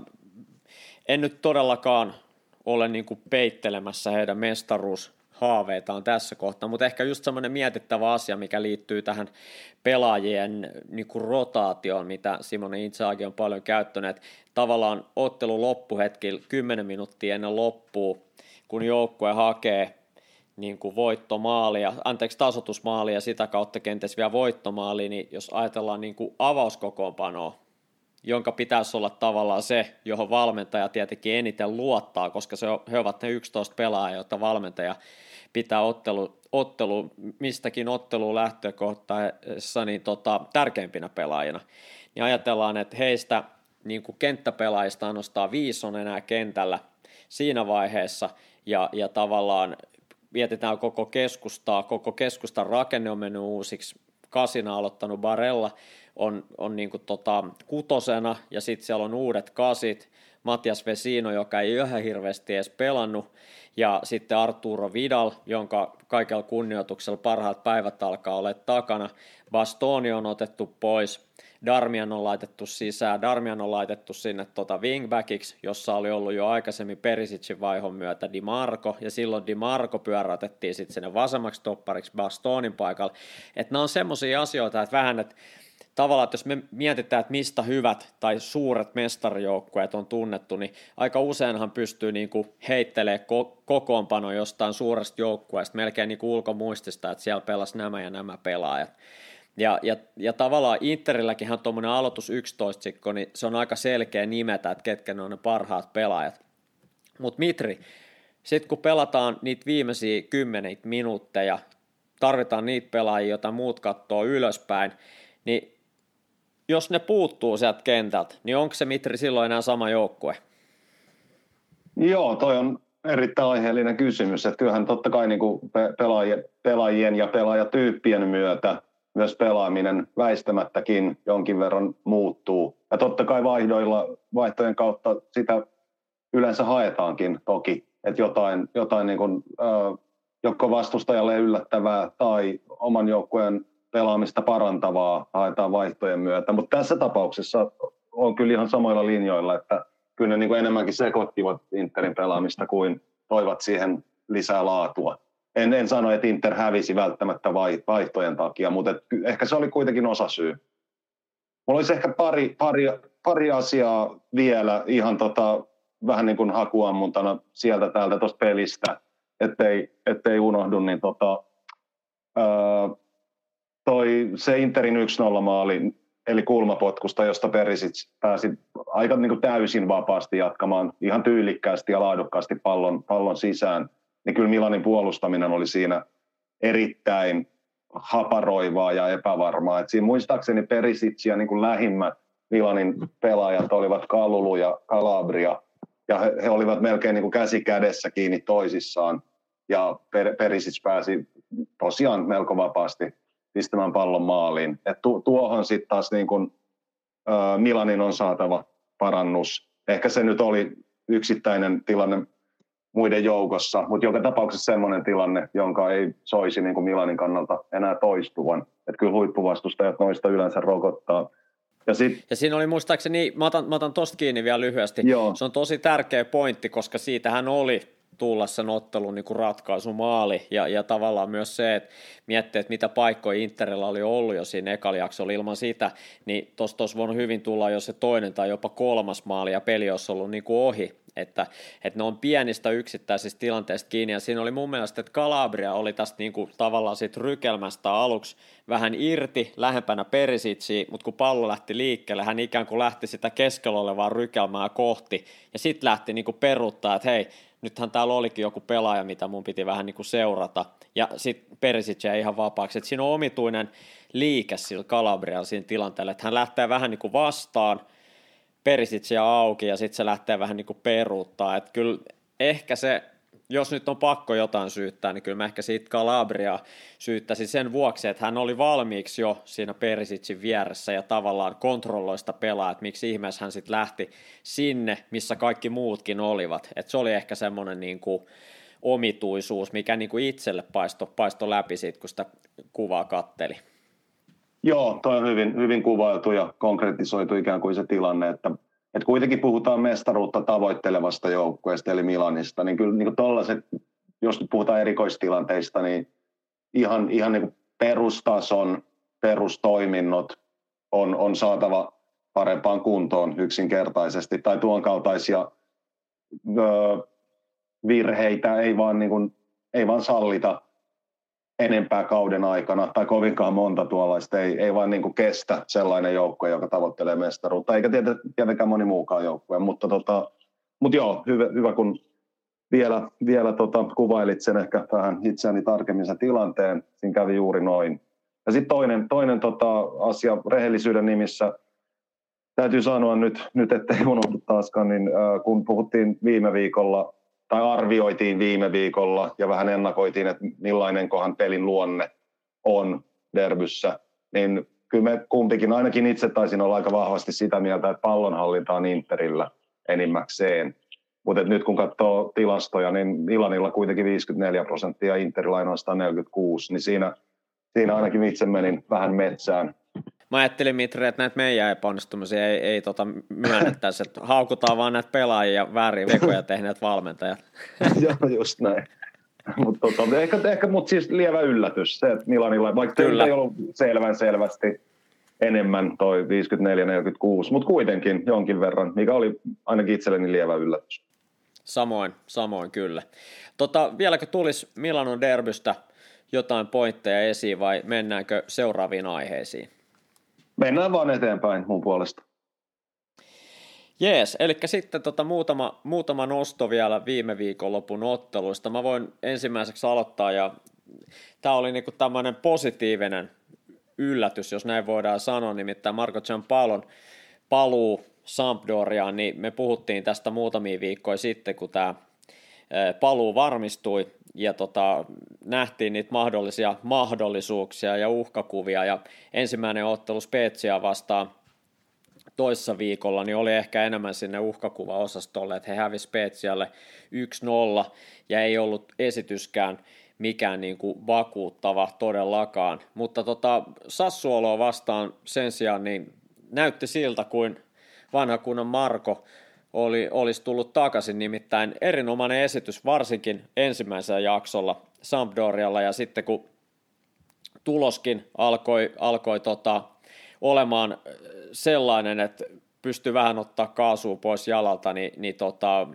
en nyt todellakaan ole niin kuin peittelemässä heidän mestaruushaaveitaan tässä kohtaa, mutta ehkä just semmoinen mietittävä asia, mikä liittyy tähän pelaajien niin kuin rotaatioon, mitä Simone Inzaghi on paljon käyttänyt. Tavallaan ottelun loppuhetkillä kymmenen minuuttia ennen loppua, kun joukkue hakee niin kuin voittomaalia, anteeksi tasoitusmaalia ja sitä kautta kenties vielä voittomaalia, niin jos ajatellaan niin kuin avauskokoonpanoa, jonka pitäisi olla tavallaan se, johon valmentaja tietenkin eniten luottaa, koska se on, he ovat ne yksitoista pelaajaa, jotta valmentaja pitää ottelu, ottelu mistäkin otteluun lähtökohtaisessa niin tota, tärkeimpinä pelaajina. Niin ajatellaan, että heistä niin kuin kenttäpelaajista ainoastaan viisi on enää kentällä siinä vaiheessa, ja, ja tavallaan mietitään koko keskustaa, koko keskustan rakenne on mennyt uusiksi, kasina aloittanut Barella, on, on niin kuin tota kutosena, ja sitten siellä on uudet kasit, Matias Vecino, joka ei ihan hirveästi edes pelannut, ja sitten Arturo Vidal, jonka kaikella kunnioituksella parhaat päivät alkaa olla takana. Bastoni on otettu pois, Darmian on laitettu sisään, Darmian on laitettu sinne tota wingbackiksi, jossa oli ollut jo aikaisemmin Perisicin vaihon myötä Di Marco, ja silloin Di Marco pyörätettiin sitten sinne vasemmaksi toppariksi Bastonin paikalle. Että nämä on semmoisia asioita, että vähän, että tavallaan, että jos me mietitään, että mistä hyvät tai suuret mestarijoukkueet on tunnettu, niin aika useinhan pystyy niin kuin heittelemään ko- kokoonpano jostain suuresta joukkueesta, melkein niin kuin ulkomuistista, että siellä pelasi nämä ja nämä pelaajat. Ja, ja, ja tavallaan Interilläkinhän tuommoinen aloitus yksitoistikko, niin se on aika selkeä nimetä, että ketkä ne on ne parhaat pelaajat. Mutta Mitri, sitten kun pelataan niitä viimeisiä kymmeniä minuutteja, tarvitaan niitä pelaajia, joita muut katsoo ylöspäin, niin jos ne puuttuu sieltä kentältä, niin onko se Mitri silloin enää sama joukkue? Joo, toi on erittäin aiheellinen kysymys. Että kyllähän totta kai niin kuin pelaajien, pelaajien ja pelaajatyyppien myötä myös pelaaminen väistämättäkin jonkin verran muuttuu. Ja totta kai vaihdoilla, vaihtojen kautta sitä yleensä haetaankin toki, että jotain, jotain niin kuin, äh, joko vastustajalle yllättävää tai oman joukkueen pelaamista parantavaa haetaan vaihtojen myötä. Mutta tässä tapauksessa on kyllä ihan samoilla linjoilla, että kyllä ne niin kuin enemmänkin sekoittivat Interin pelaamista kuin toivat siihen lisää laatua. En, en sano, että Inter hävisi välttämättä vaihtojen takia, mutta et, ehkä se oli kuitenkin osasyy. Mulla olisi ehkä pari, pari, pari asiaa vielä ihan tota, vähän niin kuin hakuammuntana sieltä täältä tuosta pelistä, ettei, ettei unohdu, niin tota, ää, toi, se Interin yksi nolla maali, eli kulmapotkusta, josta Perisic pääsi aika niin kuin täysin vapaasti jatkamaan ihan tyylikkäästi ja laadukkaasti pallon, pallon sisään, niin kyllä Milanin puolustaminen oli siinä erittäin haparoivaa ja epävarmaa. Et siinä muistaakseni Perisic ja niin kuin lähimmät Milanin pelaajat olivat Kalulu ja Calabria, ja he, he olivat melkein niin kuin käsi kädessä kiinni toisissaan, ja per, Perisic pääsi tosiaan melko vapaasti pistämään pallon maaliin. Et tu, tuohon sitten taas niin kuin, ä, Milanin on saatava parannus. Ehkä se nyt oli yksittäinen tilanne muiden joukossa, mutta joka tapauksessa semmoinen tilanne, jonka ei soisi niin kuin Milanin kannalta enää toistuvan. Että kyllä huippuvastustajat noista yleensä rokottaa. Ja, sit, ja siinä oli muistaakseni, mä otan, mä otan tosta kiinni vielä lyhyesti, joo. Se on tosi tärkeä pointti, koska siitähän oli tulla sen ottelun niin kuin ratkaisumaali, ja, ja tavallaan myös se, että miettii, että mitä paikkoja Interillä oli ollut jo siinä ekalla jaksolla ilman sitä, niin tuossa olisi voinut hyvin tulla jo se toinen tai jopa kolmas maali, ja peli olisi ollut niin kuin ohi, että, että ne on pienistä yksittäisistä tilanteista kiinni, ja siinä oli mun mielestä, että Calabria oli tästä niin kuin tavallaan siitä rykelmästä aluksi vähän irti, lähempänä Perisicia, mutta kun pallo lähti liikkeelle, hän ikään kuin lähti sitä keskellä olevaa rykelmää kohti, ja sitten lähti niin kuin peruuttaa, että hei, nythän täällä olikin joku pelaaja, mitä mun piti vähän niin kuin seurata, ja sitten Perisic jäi ihan vapaaksi, että siinä on omituinen liike sillä Calabrialla siinä tilanteella, että hän lähtee vähän niin kuin vastaan, Perisicia auki, ja sitten se lähtee vähän niin kuin peruuttaa, että kyllä ehkä se, jos nyt on pakko jotain syyttää, niin kyllä mä ehkä siitä Calabria syyttäisin sen vuoksi, että hän oli valmiiksi jo siinä Perisicin vieressä ja tavallaan kontrolloista pelaa, että miksi ihmeessä hän sitten lähti sinne, missä kaikki muutkin olivat. Että se oli ehkä semmoinen niin kuin omituisuus, mikä niin kuin itselle paistoi paisto läpi siitä, kun sitä kuvaa katteli. Joo, toi on hyvin, hyvin kuvailtu ja konkretisoitu ikään kuin se tilanne, että että kuitenkin puhutaan mestaruutta tavoittelevasta joukkueesta, eli Milanista, niin kyllä niin tollaiset, jos nyt puhutaan erikoistilanteista, niin ihan, ihan niin kuin perustason perustoiminnot on, on saatava parempaan kuntoon yksinkertaisesti, tai tuon kaltaisia ö, virheitä ei vaan, niin kuin, ei vaan sallita enempää kauden aikana, tai kovinkaan monta tuollaista, ei, ei vaan niin kuin kestä sellainen joukkue, joka tavoittelee mestaruutta, eikä tietenkään moni muukaan joukkue, mutta, tota, mutta joo, hyvä, hyvä kun vielä, vielä tota, kuvailit sen ehkä vähän itseäni tarkemmin sen tilanteen, siinä kävi juuri noin. Ja sitten toinen, toinen tota, asia rehellisyyden nimissä, täytyy sanoa nyt, nyt ettei unohdu taaskaan, niin äh, kun puhuttiin viime viikolla, tai arvioitiin viime viikolla ja vähän ennakoitiin, että millainenkohan pelin luonne on derbyssä, niin kyllä me kumpikin, ainakin itse taisin olla aika vahvasti sitä mieltä, että pallonhallinta on Interillä enimmäkseen. Mutta nyt kun katsoo tilastoja, niin Milanilla kuitenkin viisikymmentäneljä prosenttia, Interillä ainoastaan neljäkymmentäkuusi, niin siinä, siinä ainakin itse menin vähän metsään. Mä ajattelin, Mitri, että näitä meidän epäonnistumisia ei, ei tota myönnettäisi, että haukutaan vaan näitä pelaajia ja väärin vekoja tehneet valmentajat. Joo, just näin. Mutta tota, ehkä, ehkä mut siis lievä yllätys se, että Milanilla, vaikka ei ollut selvän selvästi enemmän toi viisikymmentäneljä neljäkymmentäkuusi, mutta kuitenkin jonkin verran, mikä oli ainakin itselleni lievä yllätys. Samoin, samoin kyllä. Tota, vieläkö tulisi Milanon derbystä jotain pointteja esiin vai mennäänkö seuraaviin aiheisiin? Mennään vaan eteenpäin mun puolesta. Jees, eli sitten tota muutama, muutama nosto vielä viime viikonlopun otteluista. Mä voin ensimmäiseksi aloittaa, ja tämä oli niinku tämmöinen positiivinen yllätys, jos näin voidaan sanoa, nimittäin Marco Giampaolon paluu Sampdoriaan, niin me puhuttiin tästä muutamia viikkoja sitten, kun tämä paluu varmistui, ja tota, nähtiin niitä mahdollisia mahdollisuuksia ja uhkakuvia, ja ensimmäinen ottelu Spezia vastaan toissa viikolla, niin oli ehkä enemmän sinne uhkakuva-osastolle, että he hävisi Spezialle yksi nolla, ja ei ollut esityskään mikään niin kuin vakuuttava todellakaan, mutta tota, Sassuoloa vastaan sen sijaan niin näytti siltä, kuin vanha kunnon Marko oli, olisi tullut takaisin, nimittäin erinomainen esitys varsinkin ensimmäisellä jaksolla Sampdorialla, ja sitten kun tuloskin alkoi, alkoi tota, olemaan sellainen, että pystyi vähän ottaa kaasua pois jalalta, niin, niin tota,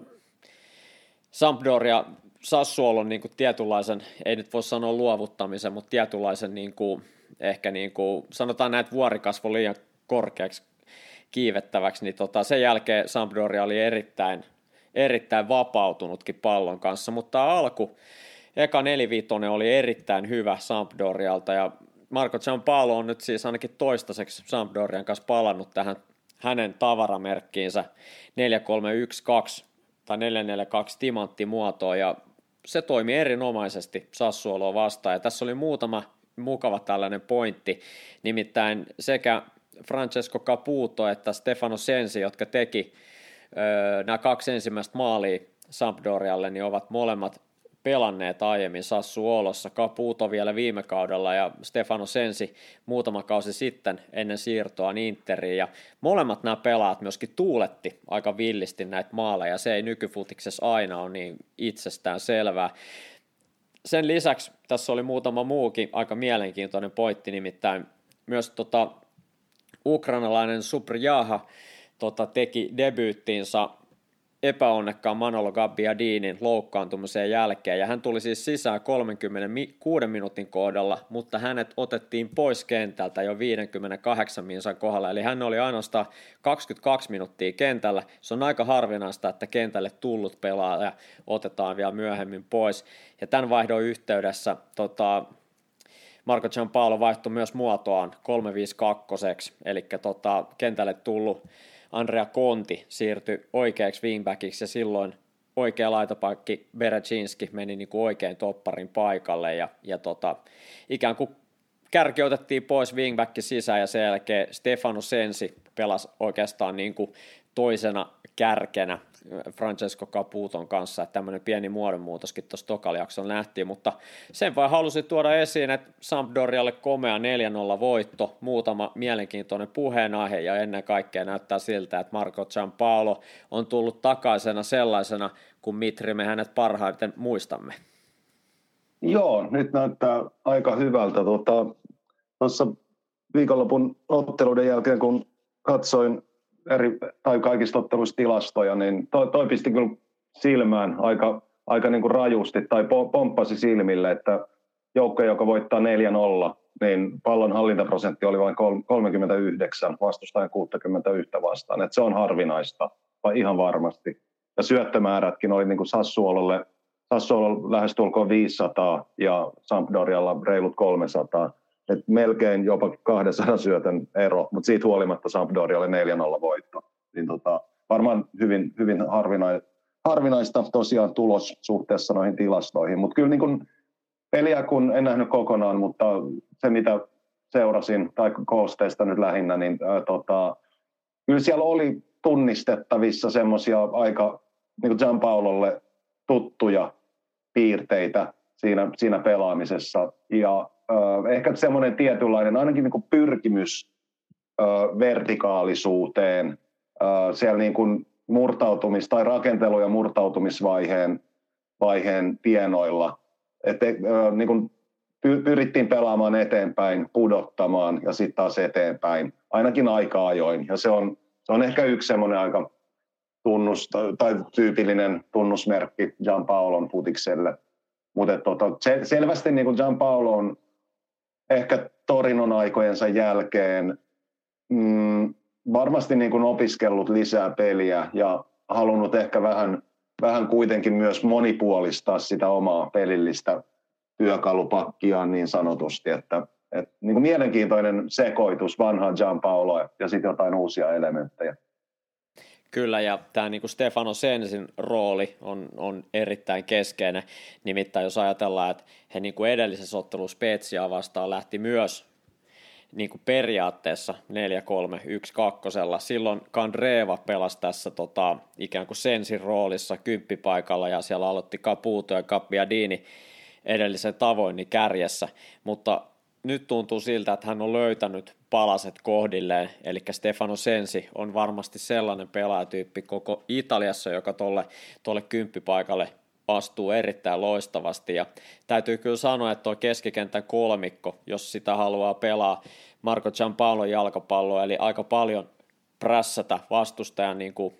Sampdoria Sassuolon niin kuin tietynlaisen, ei nyt voi sanoa luovuttamisen, mutta tietynlaisen niin kuin, ehkä niin kuin, sanotaan näin, että vuori kasvoi liian korkeaksi kiivettäväksi, niin tota, sen jälkeen Sampdoria oli erittäin, erittäin vapautunutkin pallon kanssa, mutta alku, eka nelivitonen oli erittäin hyvä Sampdorialta, ja Marco Giampaolo on nyt siis ainakin toistaiseksi Sampdorian kanssa palannut tähän hänen tavaramerkkiinsä neljä kolme yksi kaksi tai neljä neljä kaksi timanttimuotoon, ja se toimi erinomaisesti Sassuoloa vastaan, ja tässä oli muutama mukava tällainen pointti, nimittäin sekä Francesco Caputo että Stefano Sensi, jotka teki öö, nämä kaksi ensimmäistä maalia Sampdorialle, niin ovat molemmat pelanneet aiemmin Sassuolossa, Caputo vielä viime kaudella ja Stefano Sensi muutama kausi sitten ennen siirtoa Interiin, ja molemmat nämä pelaat myöskin tuuletti aika villisti näitä maaleja, se ei nykyfutiksessa aina ole niin itsestään selvää. Sen lisäksi tässä oli muutama muukin aika mielenkiintoinen pointti, nimittäin myös tota, ukrainalainen Suprijaha tota, teki debyyttiinsa epäonnekkaan Manolo Gabbiadinin loukkaantumisen jälkeen, ja hän tuli siis sisään kolmekymmentäkuusi minuutin kohdalla, mutta hänet otettiin pois kentältä jo viisikymmentäkahdeksan minuutin kohdalla, eli hän oli ainoastaan kaksikymmentäkaksi minuuttia kentällä. Se on aika harvinaista, että kentälle tullut pelaaja otetaan vielä myöhemmin pois, ja tämän vaihdon yhteydessä tota, Marco Giampaolo vaihtoi myös muotoaan kolme viisi kaksi, eli tota, kentälle tullut Andrea Conti siirtyi oikeaksi wingbackiksi, ja silloin oikea laitapakki Berezinski meni niin kuin oikein topparin paikalle, ja, ja tota, ikään kuin kärki otettiin pois wingbackin sisään, ja sen jälkeen Stefano Sensi pelasi oikeastaan niin kuin toisena kärkenä Francesco Caputon kanssa, että tämmöinen pieni muodonmuutoskin tuossa tokalla nähtiin, mutta sen vai halusin tuoda esiin, että Sampdorialle komea neljä nolla voitto, muutama mielenkiintoinen puheenaihe, ja ennen kaikkea näyttää siltä, että Marco Giampaolo on tullut takaisena sellaisena, kun Mitri me hänet parhaiten muistamme. Joo, nyt näyttää aika hyvältä. Tuossa tuota, viikonlopun otteluiden jälkeen, kun katsoin eri, tai kaikista otteluista tilastoja, niin toi, toi pisti kyllä silmään aika, aika niin kuin rajusti, tai pomppasi silmille, että joukko, joka voittaa neljä nolla, niin pallon hallintaprosentti oli vain kolmekymmentäyhdeksän, vastustajan kuusikymmentäyksi vastaan, että se on harvinaista, vai ihan varmasti. Ja syöttömäärätkin oli niin kuin Sassuololle, Sassuololle lähestulkoon viisisataa ja Sampdorialla reilut kolmesataa. Et melkein jopa kahdensadan syötön ero, mutta siitä huolimatta Sampdoria oli neljä nolla voitto. Niin tota, varmaan hyvin, hyvin harvinaista, harvinaista tosiaan tulos suhteessa noihin tilastoihin. Mutta kyllä niin kun peliä kun en nähnyt kokonaan, mutta se mitä seurasin, tai koosteista nyt lähinnä, niin ää, tota, kyllä siellä oli tunnistettavissa semmoisia aika niin kuin Giampaololle tuttuja piirteitä siinä, siinä pelaamisessa. Ja äh, ehkä semmoinen tietynlainen, ainakin niin kuin pyrkimys äh, vertikaalisuuteen äh, siellä niin kuin murtautumis- tai rakentelu- ja murtautumisvaiheen vaiheen tienoilla. Että äh, niin kuin pyrittiin pelaamaan eteenpäin, pudottamaan ja sitten taas eteenpäin, ainakin aika ajoin. Ja se on, se on ehkä yksi semmoinen aika tunnus, tai tyypillinen tunnusmerkki Giampaolon futikselle. Mutta tota, se, selvästi niin kuin Giampaolo on ehkä Torinon aikojensa jälkeen mm, varmasti niin kuin opiskellut lisää peliä ja halunnut ehkä vähän, vähän kuitenkin myös monipuolistaa sitä omaa pelillistä työkalupakkiaan niin sanotusti, että et, niin kuin mielenkiintoinen sekoitus vanhaa Giampaoloa ja sitten jotain uusia elementtejä. Kyllä, ja tämä niin kuin Stefano Sensin rooli on, on erittäin keskeinen, nimittäin jos ajatellaan, että he niin kuin edellisessä ottelussa Spezia vastaan lähti myös niin kuin periaatteessa neljä kolme yksi kaksi, silloin Candreva pelasi tässä tota, ikään kuin Sensin roolissa kymppipaikalla, ja siellä aloitti Caputo ja Gabbiadini edellisen tavoin niin kärjessä, mutta nyt tuntuu siltä, että hän on löytänyt palaset kohdilleen, eli Stefano Sensi on varmasti sellainen pelaajatyyppi koko Italiassa, joka tuolle tolle kymppipaikalle astuu erittäin loistavasti, ja täytyy kyllä sanoa, että tuo keskikentän kolmikko, jos sitä haluaa pelaa Marco Giampaolon jalkapalloa, eli aika paljon prässätä vastustajan niin kuin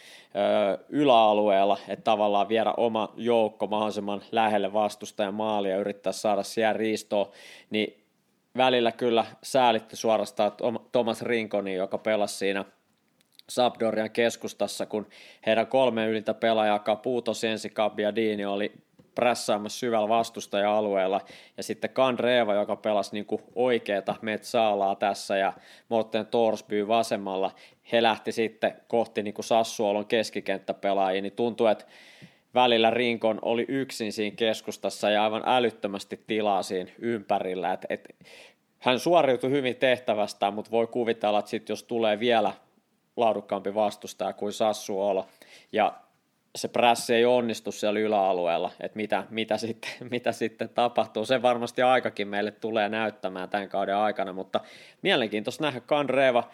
yläalueella, että tavallaan viedä oma joukko mahdollisimman lähelle vastustajan maalia ja yrittää saada siellä riistoa, niin välillä kyllä säälitti suorastaan Thomas Rinconi, joka pelasi siinä Sampdorian keskustassa, kun heidän kolme ylintä pelaajaa Caputo, Sensi, Gabbiadini oli prässäämässä syvällä vastustaja-alueella, ja sitten Candreva, joka pelasi niin kuin oikeata metsaalaa tässä, ja Morten Torsby vasemmalla, he lähti sitten kohti niin kuin Sassuolon keskikenttäpelaajia, niin tuntui, että välillä Rincon oli yksin siinä keskustassa ja aivan älyttömästi tilaa siinä ympärillä, että et, hän suoriutui hyvin tehtävästään, mutta voi kuvitella, että sit jos tulee vielä laadukkaampi vastustaja kuin Sassuolo, ja se prässi ei onnistu siellä yläalueella, että mitä, mitä, sitten, mitä sitten tapahtuu. Se varmasti aikakin meille tulee näyttämään tämän kauden aikana, mutta mielenkiintoista nähdä. Candreva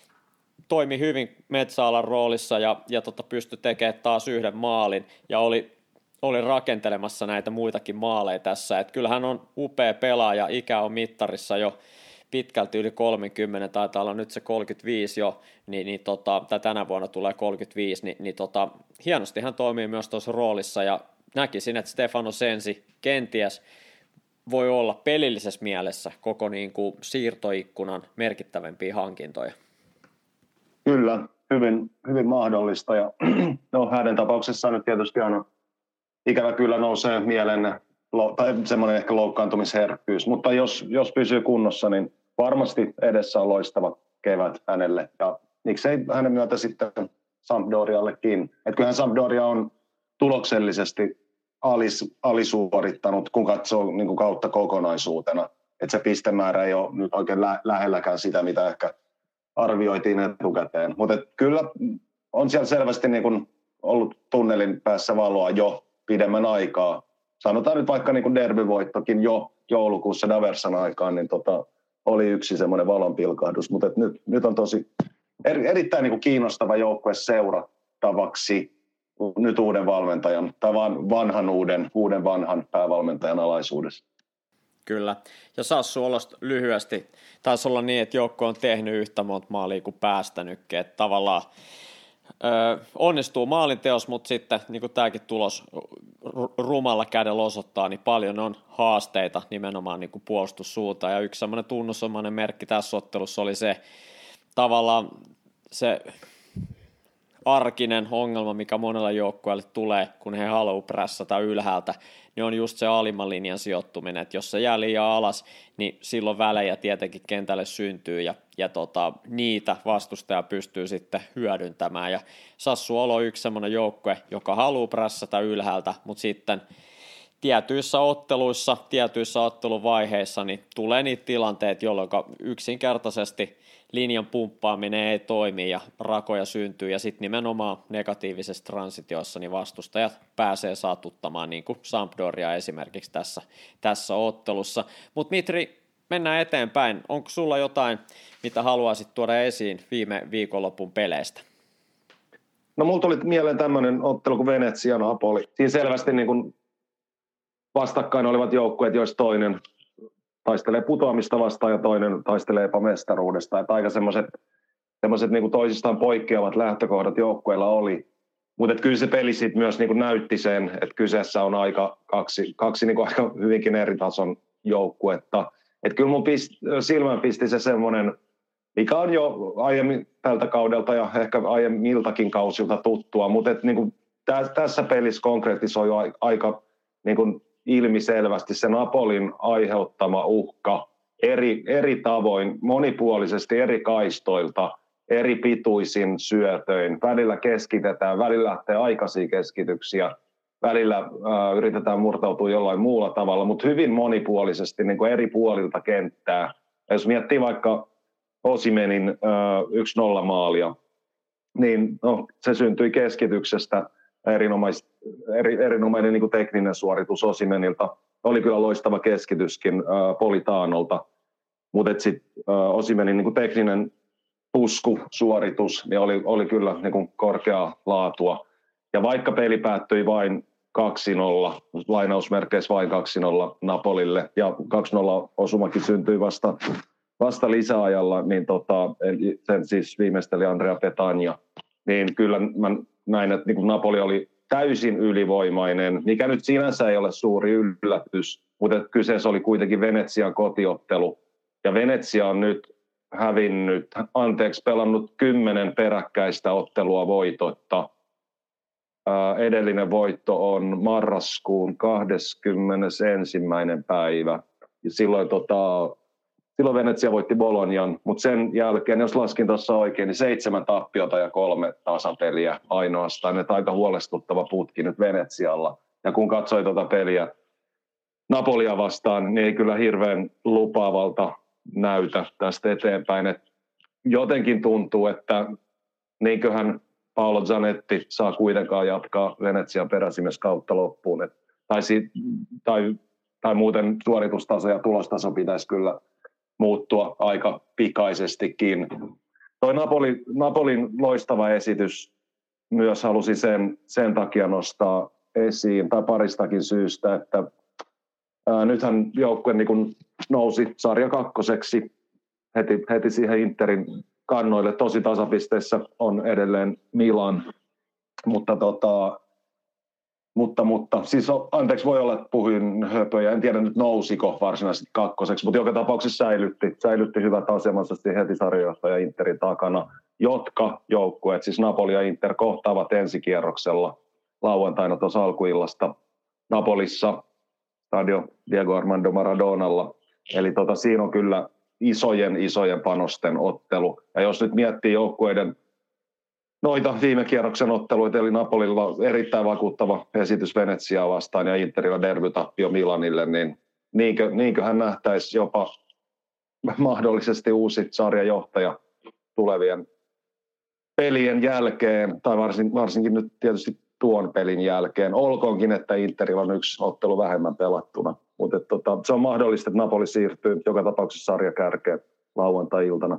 toimi hyvin metsäalan roolissa ja, ja tota, pystyi tekemään taas yhden maalin ja oli, oli rakentelemassa näitä muitakin maaleja tässä. Et kyllähän on upea pelaaja, ikä on mittarissa jo pitkälti yli kolmekymmentä, taitaa olla nyt se kolmekymmentäviisi jo, niin, niin tota, tai tänä vuonna tulee kolmekymmentäviisi, niin, niin tota, hienosti hän toimii myös tuossa roolissa, ja näkisin, että Stefano Sensi kenties voi olla pelillisessä mielessä koko niin kuin siirtoikkunan merkittävämpiä hankintoja. Kyllä, hyvin, hyvin mahdollista, ja no, hänen tapauksessaan nyt tietysti aina ikävä kyllä nousee mieleen tai semmoinen ehkä loukkaantumisherkkyys, mutta jos, jos pysyy kunnossa, niin varmasti edessä on loistava kevät hänelle, ja miksei hänen myötä sitten Sampdoriallekin. Että kyllähän Sampdoria on tuloksellisesti alis, alisuorittanut, kun katsoo niin kuin kautta kokonaisuutena. Että se pistemäärä ei ole nyt oikein lä- lähelläkään sitä, mitä ehkä arvioitiin etukäteen. Mutta kyllä on siellä selvästi niin kuin ollut tunnelin päässä valoa jo pidemmän aikaa. Sanotaan nyt vaikka niin kuin derbyvoittokin jo joulukuussa Daversan aikaan, niin tota, oli yksi semmoinen valonpilkahdus, mutta nyt, nyt on tosi eri, erittäin niin kuin kiinnostava joukkue seurattavaksi nyt uuden valmentajan, tai vanhan uuden, uuden vanhan päävalmentajan alaisuudessa. Kyllä, ja Sassuolosta lyhyesti, taisi olla niin, että joukko on tehnyt yhtä monta maalia kuin päästänytkin, että tavallaan Öö, onnistuu maalinteos, mutta sitten niin kuin tämäkin tulos rumalla kädellä osoittaa, niin paljon on haasteita nimenomaan niin kuin puolustussuuntaan, ja yksi semmoinen tunnusomainen merkki tässä ottelussa oli se tavallaan se arkinen ongelma, mikä monella joukkueelle tulee, kun he haluaa prässätä ylhäältä, niin on just se alimman linjan sijoittuminen, että jos se jää liian alas, niin silloin välejä tietenkin kentälle syntyy, ja, ja tota, niitä vastustaja pystyy sitten hyödyntämään, ja Sassuolo on yksi semmoinen joukkue, joka haluaa prässätä ylhäältä, mutta sitten tietyissä otteluissa, tietyissä otteluvaiheissa, niin tulee niitä tilanteita, jolloin yksinkertaisesti linjan pumppaaminen ei toimi ja rakoja syntyy, ja sitten nimenomaan negatiivisessa transitiossa niin vastustajat pääsee satuttamaan, niin kuin Sampdoria esimerkiksi tässä, tässä ottelussa. Mutta Mitri, mennään eteenpäin. Onko sulla jotain, mitä haluaisit tuoda esiin viime viikonlopun peleistä? No mulla tuli mieleen tämmöinen ottelu kuin Venetsia Napoli. Siinä selvästi niin kuin vastakkain olivat joukkueet, joista toinen taistelee putoamista vastaan ja toinen taistelee mestaruudesta. Että aika semmoiset, semmoiset niin kuin toisistaan poikkeavat lähtökohdat joukkueilla oli. Mutta kyllä se peli sitten myös niin kuin näytti sen, että kyseessä on aika kaksi, kaksi niin kuin aika hyvinkin eri tason joukkuetta. Että kyllä mun pist, silmään pisti se semmoinen, mikä on jo aiemmin tältä kaudelta ja ehkä aiemmiltakin kausilta tuttua, mutta niin kuin tä, tässä pelissä konkreettisoi jo aika niin kuin ilmiselvästi se Napolin aiheuttama uhka eri, eri tavoin, monipuolisesti eri kaistoilta, eri pituisin syötöin. Välillä keskitetään, välillä lähtee aikaisia keskityksiä, välillä äh, yritetään murtautua jollain muulla tavalla, mutta hyvin monipuolisesti niin kuin eri puolilta kenttää. Ja jos miettii vaikka Osimhenin äh, yksi nolla maalia, niin no, se syntyi keskityksestä. Erinomais, eri, erinomainen niin kuin tekninen suoritus Osimhenilta. Oli kyllä loistava keskityskin äh, Politaanolta. mutta sitten Osimhenin niin tekninen puskusuoritus niin oli, oli kyllä niin kuin korkeaa laatua. Ja vaikka peli päättyi vain kaksi nolla, lainausmerkeissä vain kaksi nolla Napolille, ja kaksi nolla osumakin syntyi vasta, vasta lisäajalla, niin tota, sen siis viimeisteli Andrea Petagna, niin kyllä mä näin, että niin kuin Napoli oli täysin ylivoimainen, mikä nyt sinänsä ei ole suuri yllätys, mutta kyseessä oli kuitenkin Venetsian kotiottelu, ja Venetsia on nyt hävinnyt, anteeksi, pelannut kymmenen peräkkäistä ottelua voitotta. Edellinen voitto on marraskuun kahdeskymmenesensimmäinen päivä. Ja silloin, tota, silloin Venetsia voitti Bolognan, mutta sen jälkeen, jos laskin tuossa oikein, niin seitsemän tappiota ja kolme tasapeliä ainoastaan. Että aika huolestuttava putki nyt Venetsialla. Ja kun katsoi tuota peliä Napolia vastaan, niin ei kyllä hirveän lupaavalta näytä tästä eteenpäin. Et jotenkin tuntuu, että niinköhän Paolo Zanetti saa kuitenkaan jatkaa Venetsian peräsimes kautta loppuun. Et, tai, si, tai, tai muuten suoritustaso ja tulostaso pitäisi kyllä muuttua aika pikaisestikin. Toi Napoli, Napolin loistava esitys myös halusi sen, sen takia nostaa esiin, tai paristakin syystä, että ää, nythän joukkue niin kun nousi sarja kakkoseksi heti, heti siihen Interin kannoille. Tosi tasapisteissä on edelleen Milan, mutta, tota, mutta, mutta siis anteeksi, voi olla, että puhuin höpöjä, en tiedä nyt nousiko varsinaisesti kakkoseksi, mutta joka tapauksessa säilytti, säilytti hyvät asemansa heti sarjajohtaja Interin takana, jotka joukkueet, siis Napoli ja Inter, kohtaavat ensikierroksella lauantaina tuossa alkuillasta Napolissa Stadio Diego Armando Maradonalla. Eli tota, siinä on kyllä isojen, isojen panosten ottelu. Ja jos nyt miettii joukkueiden noita viime kierroksen otteluita, eli Napolilla erittäin vakuuttava esitys Venetsiaa vastaan ja Interillä derbytappio Milanille, niin niinkö, niinköhän nähtäisi jopa mahdollisesti uusi sarjajohtaja tulevien pelien jälkeen, tai varsin, varsinkin nyt tietysti tuon pelin jälkeen. Olkoonkin, että Interillä on yksi ottelu vähemmän pelattuna. Mutta tota, se on mahdollista, että Napoli siirtyy joka tapauksessa sarjakärkeen lauantai-iltana.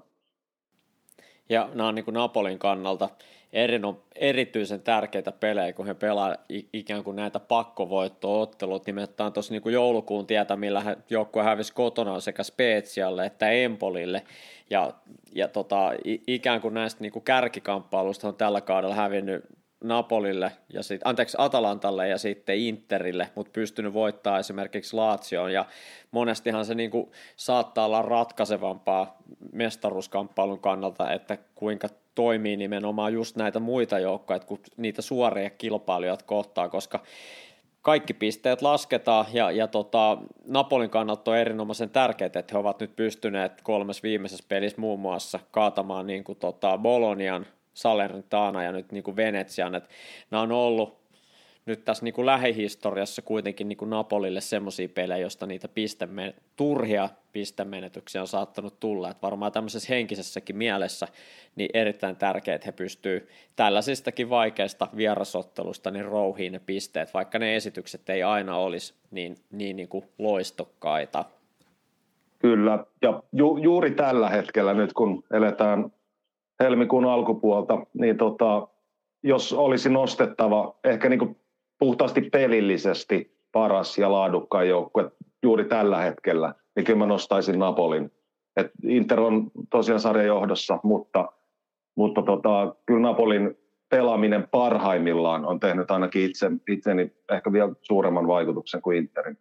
Ja nämä on niin kuin Napolin kannalta erino, erityisen tärkeitä pelejä, kun he pelaa ikään kuin näitä pakkovoitto-ottelut. Nimetään tuossa niin kuin joulukuun tietä, millä joukkue hävisi kotona sekä Spezialle että Empolille. Ja, ja tota, ikään kuin näistä niin kuin kärkikamppailuista on tällä kaudella hävinnyt Napolille ja sit, anteeksi Atalantalle ja sitten Interille, mutta pystynyt voittamaan esimerkiksi Lazioon, ja monestihan se niinku saattaa olla ratkaisevampaa mestaruuskamppailun kannalta, että kuinka toimii nimenomaan just näitä muita joukkoja, kun niitä suoria kilpailijat kohtaa, koska kaikki pisteet lasketaan, ja, ja tota, Napolin kannalta on erinomaisen tärkeää, että he ovat nyt pystyneet kolmessa viimeisessä pelissä muun muassa kaatamaan niin kuin tota Bolognan, Salernitana ja nyt niin kuin Venetsian, että nämä on ollut nyt tässä niin kuin lähihistoriassa kuitenkin niin kuin Napolille semmoisia pelejä, joista niitä pisteme- turhia pistemenetyksiä on saattanut tulla, että varmaan tämmöisessä henkisessäkin mielessä niin erittäin tärkeää, että he pystyy tällaisistakin vaikeista vierasottelusta niin rouhiin ne pisteet, vaikka ne esitykset ei aina olisi niin, niin, niin kuin loistokkaita. Kyllä, ja ju- juuri tällä hetkellä nyt, kun eletään helmikuun alkupuolta, niin tota, jos olisi nostettava ehkä niin kuin puhtaasti pelillisesti paras ja laadukkain joukkue juuri tällä hetkellä, niin kyllä mä nostaisin Napolin. Et Inter on tosiaan sarjan johdossa, mutta, mutta tota, kyllä Napolin pelaaminen parhaimmillaan on tehnyt ainakin itse, itseni ehkä vielä suuremman vaikutuksen kuin Interin.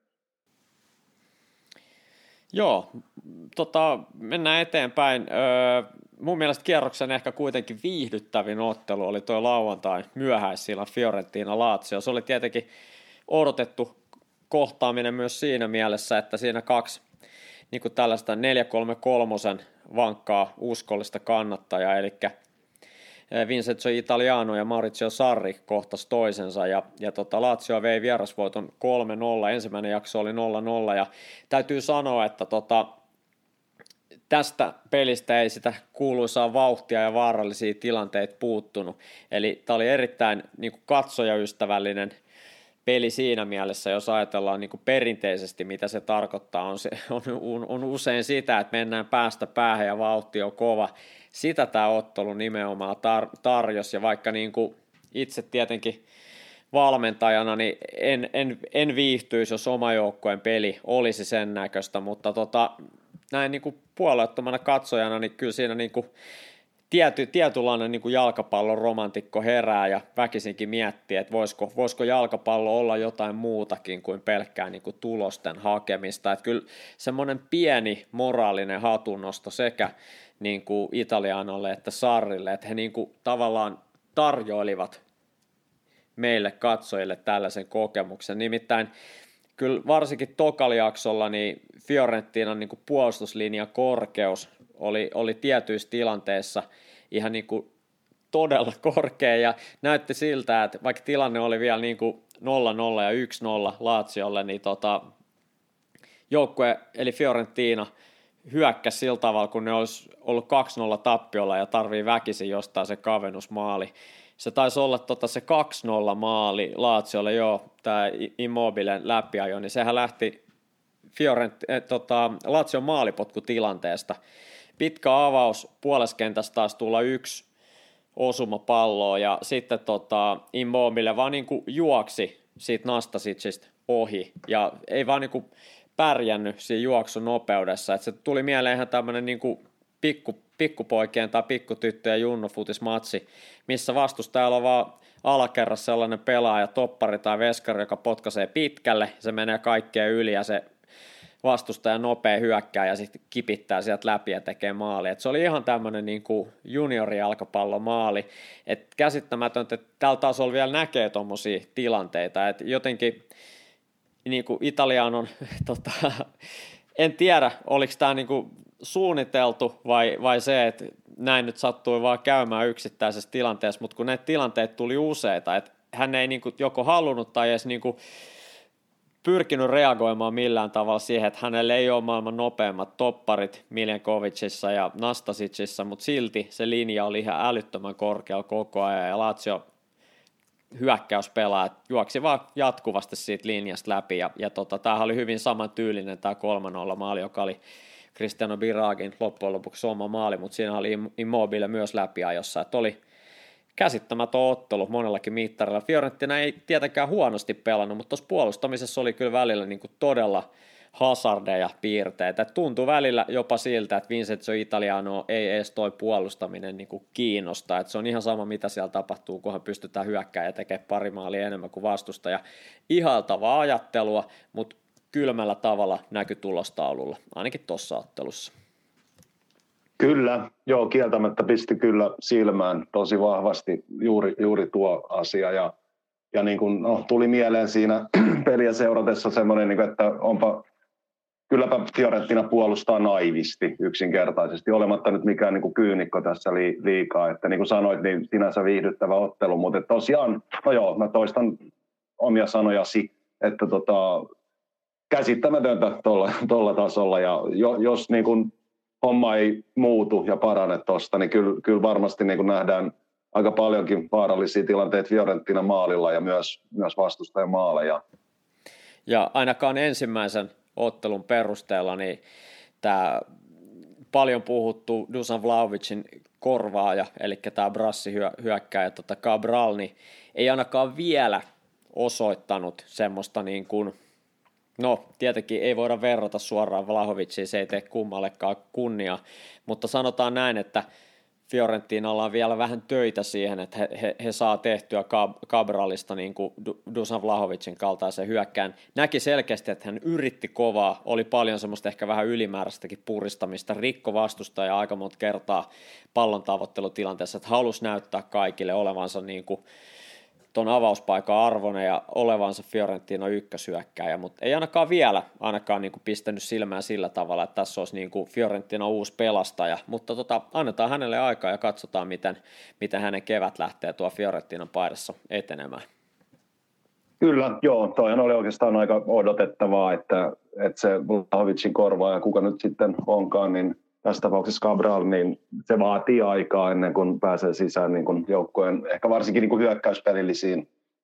Joo, tota, mennään eteenpäin. Öö, mun mielestä kierroksen ehkä kuitenkin viihdyttävin ottelu oli tuo lauantai myöhäisillä Fiorentina Lazio. Se oli tietenkin odotettu kohtaaminen myös siinä mielessä, että siinä kaksi niin kuin tällaista neljä kolme kolme vankkaa uskollista kannattajaa, eli Vincenzo Italiano ja Maurizio Sarri kohtasi toisensa, ja, ja tota, Lazio vei vierasvoiton kolme nolla, ensimmäinen jakso oli nolla nolla, ja täytyy sanoa, että tota, tästä pelistä ei sitä kuuluisaa vauhtia ja vaarallisia tilanteita puuttunut, eli tämä oli erittäin niin kuin katsojaystävällinen peli siinä mielessä, jos ajatellaan niin kuin perinteisesti, mitä se tarkoittaa, on, se, on, on, on usein sitä, että mennään päästä päähän ja vauhti on kova. Sitä tämä ottelu nimenomaan tar- tarjosi, ja vaikka niin kuin itse tietenkin valmentajana, niin en, en, en viihtyisi, jos oma joukkueen peli olisi sen näköistä, mutta tota, näin niin kuin puolueettomana katsojana, niin kyllä siinä niin kuin Tiety, tietynlainen niin kuin jalkapallon romantikko herää ja väkisinkin miettii, että voisiko, voisiko jalkapallo olla jotain muutakin kuin pelkkää niin kuin tulosten hakemista. Että kyllä semmoinen pieni moraalinen hatunnosto sekä niin kuin Italianolle että Sarrille, että he niin kuin tavallaan tarjoilivat meille katsojille tällaisen kokemuksen. Nimittäin kyllä varsinkin tokalijaksolla niin Fiorentinan niin kuin puolustuslinjan korkeus oli, oli tietyissä tilanteissa ihan niin kuin todella korkea ja näytti siltä, että vaikka tilanne oli vielä niin kuin nolla nolla ja yksi nolla Laziolle, niin tota, joukkue eli Fiorentina hyökkäsi sillä tavalla, kun ne olisi ollut kaksi nolla tappiolla ja tarvii väkisin jostain se kavennusmaali. Se taisi olla tota se kaksi nolla maali Laziolle, joo, tämä Immobilen läpiajo, niin sehän lähti Fiorent, eh, tota, Lazion maalipotkutilanteesta. Pitkä avaus, puoleskentästä taas tulla yksi osuma palloa ja sitten tota, Immobile vaan niin kuin juoksi siitä Nastasicista ohi ja ei vaan niin kuin pärjännyt siinä juoksun nopeudessa. Et se tuli mieleen ihan tämmöinen niin kuin pikku, pikkupoikien tai pikkutyttöjen junnufutismatsi, missä vastustajalla on vaan alakerrassa sellainen pelaaja, toppari tai veskari, joka potkaisee pitkälle, se menee kaikkeen yli ja se vastustaja nopea hyökkää ja sitten kipittää sieltä läpi ja tekee maali. Et se oli ihan tämmöinen niin kuin juniorijalkapallomaali. Et käsittämätöntä, että tällä tasolla vielä näkee tuommoisia tilanteita. Et jotenkin niin kuin Italianon, tota, en tiedä, oliko tämä niin kuin suunniteltu vai, vai se, että näin nyt sattui vaan käymään yksittäisessä tilanteessa, mutta kun näitä tilanteita tuli useita, että hän ei niin kuin joko halunnut tai edes niin kuin pyrkinyt reagoimaan millään tavalla siihen, että hänellä ei ole maailman nopeimmat topparit Milenkovicissa ja Nastasicissa, mutta silti se linja oli ihan älyttömän korkealla koko ajan ja Lazio hyökkäyspelaajat juoksi vaan jatkuvasti siitä linjasta läpi ja, ja tota, tämähän oli hyvin samantyylinen tämä kolme nolla maali, joka oli Cristiano Biragin loppujen lopuksi oma maali, mutta siinä oli Immobile myös läpiajossa, että oli käsittämätön ottelu monellakin mittarilla. Fiorentina ei tietenkään huonosti pelannut, mutta tuossa puolustamisessa oli kyllä välillä niin kuin todella hazardeja piirteitä. Et tuntui välillä jopa siltä, että Vincenzo Italiano ei edes toi puolustaminen niin kuin kiinnosta. Et se on ihan sama, mitä siellä tapahtuu, kunhan pystytään hyökkäämään ja tekemään pari maalia enemmän kuin vastustaja. Ihaltavaa ajattelua, mutta kylmällä tavalla näkyi tulostaululla, ainakin tuossa ottelussa. Kyllä, joo, kieltämättä pisti kyllä silmään tosi vahvasti juuri, juuri tuo asia ja, ja niin kuin, no, tuli mieleen siinä peliä seuratessa semmoinen, niin kuin, että onpa, kylläpä Fiorentina puolustaa naivisti yksinkertaisesti, olematta nyt mikään niin kuin kyynikko tässä li, liikaa, että niin kuin sanoit, niin sinänsä viihdyttävä ottelu, mutta tosiaan, no joo, mä toistan omia sanojasi, että tota, käsittämätöntä tuolla tasolla ja jo, jos niin kuin homma ei muutu ja parane tuosta, niin kyllä, kyllä varmasti niin kuin nähdään aika paljonkin vaarallisia tilanteita Fiorentina maalilla ja myös, myös vastustajan maaleja. Ja ainakaan ensimmäisen ottelun perusteella niin tämä paljon puhuttu Dusan Vlahovicin korvaaja, eli tämä brassihyökkääjä tota Cabral, niin ei ainakaan vielä osoittanut semmoista niin kuin, no tietenkin ei voida verrata suoraan Vlahoviciin, se ei tee kummallekaan kunnia, mutta sanotaan näin, että Fiorentinalla on vielä vähän töitä siihen, että he, he, he saa tehtyä Cabralista niin kuin Dusan Vlahovicin kaltaisen hyökkään. Näki selkeästi, että hän yritti kovaa, oli paljon semmoista ehkä vähän ylimääräistäkin puristamista, rikko vastustajaa aika monta kertaa pallon tavoittelutilanteessa, että halusi näyttää kaikille olevansa niin kuin tuon avauspaikan arvoinen ja olevansa Fiorentino ykkösyökkääjä, mutta ei ainakaan vielä ainakaan niin kuin pistänyt silmään sillä tavalla, että tässä olisi niin kuin Fiorentino uusi pelastaja, mutta tota, annetaan hänelle aikaa ja katsotaan, miten, miten hänen kevät lähtee tuo Fiorentinon paidassa etenemään. Kyllä, joo, toihan oli oikeastaan aika odotettavaa, että, että se Vlahovicin korvaaja, kuka nyt sitten onkaan, niin tässä tapauksessa Cabral, niin se vaatii aikaa ennen kuin pääsee sisään niin kuin joukkojen, ehkä varsinkin niin kuin hyökkäyspelillisiin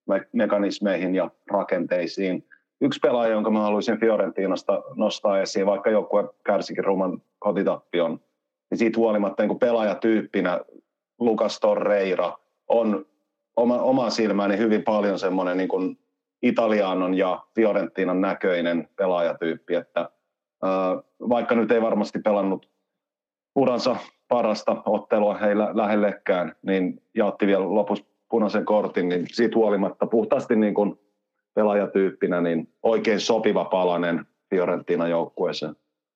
mekanismeihin ja rakenteisiin. Yksi pelaaja, jonka mä haluaisin Fiorentinasta nostaa esiin, vaikka joukkue kärsikin ruman kotitappion, niin siitä huolimatta niin kuin pelaajatyyppinä Lucas Torreira on oma, oma silmäni hyvin paljon semmoinen niin kuin Italianon ja Fiorentinan näköinen pelaajatyyppi, että ää, vaikka nyt ei varmasti pelannut uransa parasta ottelua ei lä- lähellekään, niin jaotti vielä lopussa punaisen kortin, niin siitä huolimatta puhtaasti niin kuin pelaajatyyppinä niin oikein sopiva palanen Fiorentinan joukkueeseen.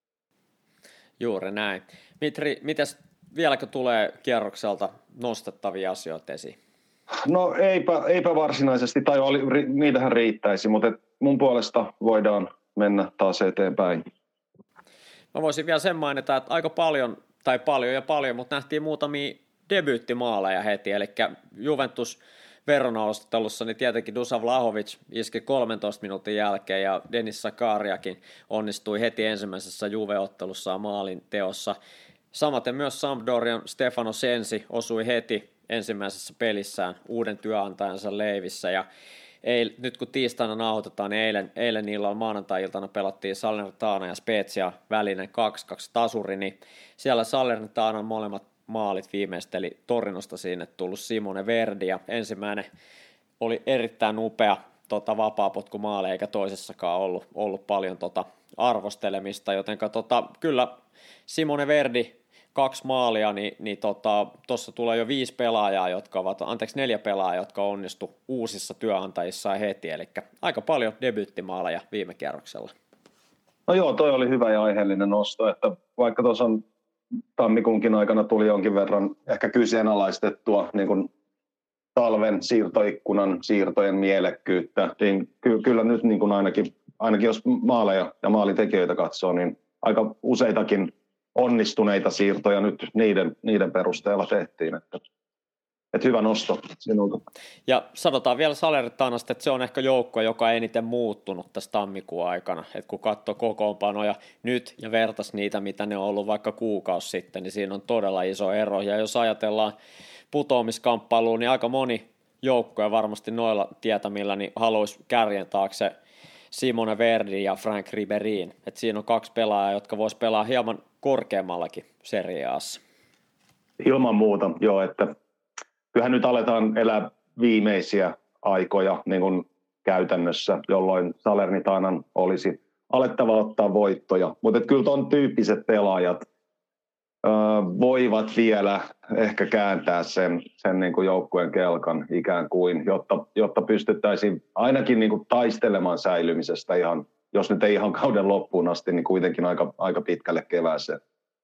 Juuri näin. Mitri, mitäs vieläkö tulee kierrokselta nostettavia asioita esiin? No eipä, eipä varsinaisesti, tai oli, ri, niitähän riittäisi, mutta et mun puolesta voidaan mennä taas eteenpäin. Mä voisin vielä sen mainita, että aika paljon, tai paljon ja paljon, mutta nähtiin muutamia debyyttimaaleja heti, eli Juventus Verona-ottelussa, niin tietenkin Dusan Vlahovic iski kolmentoista minuutin jälkeen, ja Denis Zakariakin onnistui heti ensimmäisessä Juve-ottelussaan maalin teossa. Samaten myös Sampdorian Stefano Sensi osui heti ensimmäisessä pelissään uuden työnantajansa leivissä, ja eil, nyt kun tiistaina nauhoitetaan, niin eilen, eilen illalla maanantai-iltana pelattiin Salernitana ja Spezia välinen kaksi kaksi tasuri, niin siellä Salernitanan molemmat maalit viimeisteli Torinosta sinne tullut Simone Verdi, ja ensimmäinen oli erittäin upea tota, vapaapotkumaali, eikä toisessakaan ollut, ollut paljon tota, arvostelemista, joten tota, kyllä Simone Verdi kaksi maalia, niin, niin tuossa tota, tulee jo viisi pelaajaa, jotka ovat, anteeksi neljä pelaajaa, jotka onnistu uusissa työnantajissaan heti, eli aika paljon debyyttimaaleja viime kierroksella. No joo, toi oli hyvä ja aiheellinen nosto, että vaikka tuossa on tammikuunkin aikana tuli jonkin verran ehkä kyseenalaistettua niin kuin talven siirtoikkunan siirtojen mielekkyyttä, niin ky- kyllä nyt niin kuin ainakin, ainakin jos maaleja ja maalitekijöitä katsoo, niin aika useitakin onnistuneita siirtoja nyt niiden, niiden perusteella tehtiin, että, että hyvä nosto sinulta. Ja sanotaan vielä Salernitanasta, että se on ehkä joukkue, joka on eniten muuttunut tässä tammikuun aikana, että kun katsoo kokoonpanoja nyt ja vertaisi niitä, mitä ne on ollut vaikka kuukausi sitten, niin siinä on todella iso ero, ja jos ajatellaan putoamiskamppailuun, niin aika moni joukkue varmasti noilla tietämillä niin haluaisi kärjen taakse Simone Verdi ja Frank Riberin, että siinä on kaksi pelaajaa, jotka vois pelaa hieman korkeammallakin Serie A:ssa. Ilman muuta, joo, että kyllähän nyt aletaan elää viimeisiä aikoja niin kuin käytännössä, jolloin Salernitanan olisi alettava ottaa voittoja, mutta kyllä tuon tyyppiset pelaajat ö, voivat vielä ehkä kääntää sen, sen niin kuin joukkueen kelkan ikään kuin, jotta, jotta pystyttäisiin ainakin niin kuin taistelemaan säilymisestä ihan, jos nyt ei ihan kauden loppuun asti, niin kuitenkin aika, aika pitkälle kevääseen.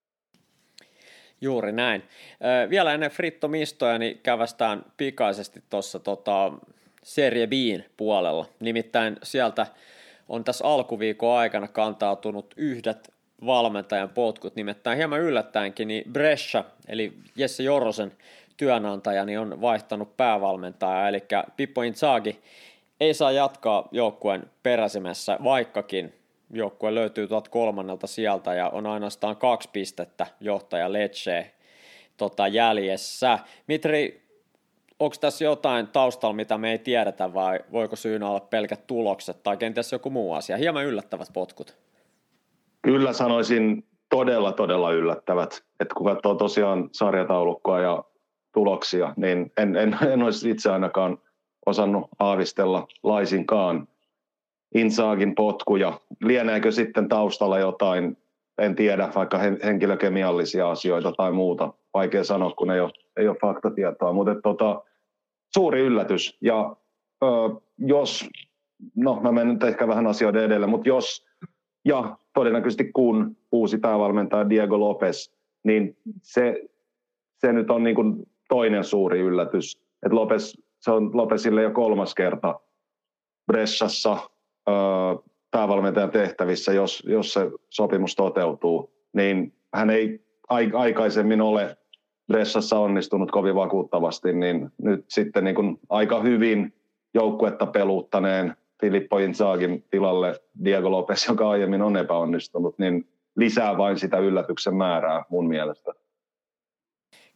Juuri näin. Vielä ennen Fritto Mistoja, niin kävästään pikaisesti tuossa tota, Serie B:n puolella. Nimittäin sieltä on tässä alkuviikon aikana kantautunut yhdet valmentajan potkut, nimittäin hieman yllättäenkin, niin Brescia, eli Jesse Jorosen työnantaja, niin on vaihtanut päävalmentajaa, eli Pippo Inzaghi ei saa jatkaa joukkueen peräsimessä, vaikkakin joukkue löytyy tuolta kolmannelta sieltä ja on ainoastaan kaksi pistettä johtaja Lecce tota, jäljessä. Mitri, onko tässä jotain taustalla, mitä me ei tiedetä, vai voiko syynä olla pelkät tulokset tai kenties joku muu asia? Hieman yllättävät potkut. Kyllä sanoisin todella, todella yllättävät. Että kun katsoo tosiaan sarjataulukkoa ja tuloksia, niin en, en, en olisi itse ainakaan osannut aavistella laisinkaan Inzaghin potkuja. Lieneekö sitten taustalla jotain, en tiedä, vaikka henkilökemiallisia asioita tai muuta. Vaikea sanoa, kun ei ole, ei ole faktatietoa, mutta tota, suuri yllätys. Ja ö, jos, no mä menen nyt ehkä vähän asioiden edelle, mutta jos ja todennäköisesti kun uusi päävalmentaja Diego Lopez, niin se, se nyt on niin kuin toinen suuri yllätys. Että Lopez, se on Lopezille jo kolmas kerta Bresciassa päävalmentajan tehtävissä, jos, jos se sopimus toteutuu, niin hän ei aikaisemmin ole Bresciassa onnistunut kovin vakuuttavasti, niin nyt sitten niin kuin aika hyvin joukkuetta peluuttaneen Filippo Inzaghin tilalle Diego Lopez, joka aiemmin on epäonnistunut, niin lisää vain sitä yllätyksen määrää mun mielestä.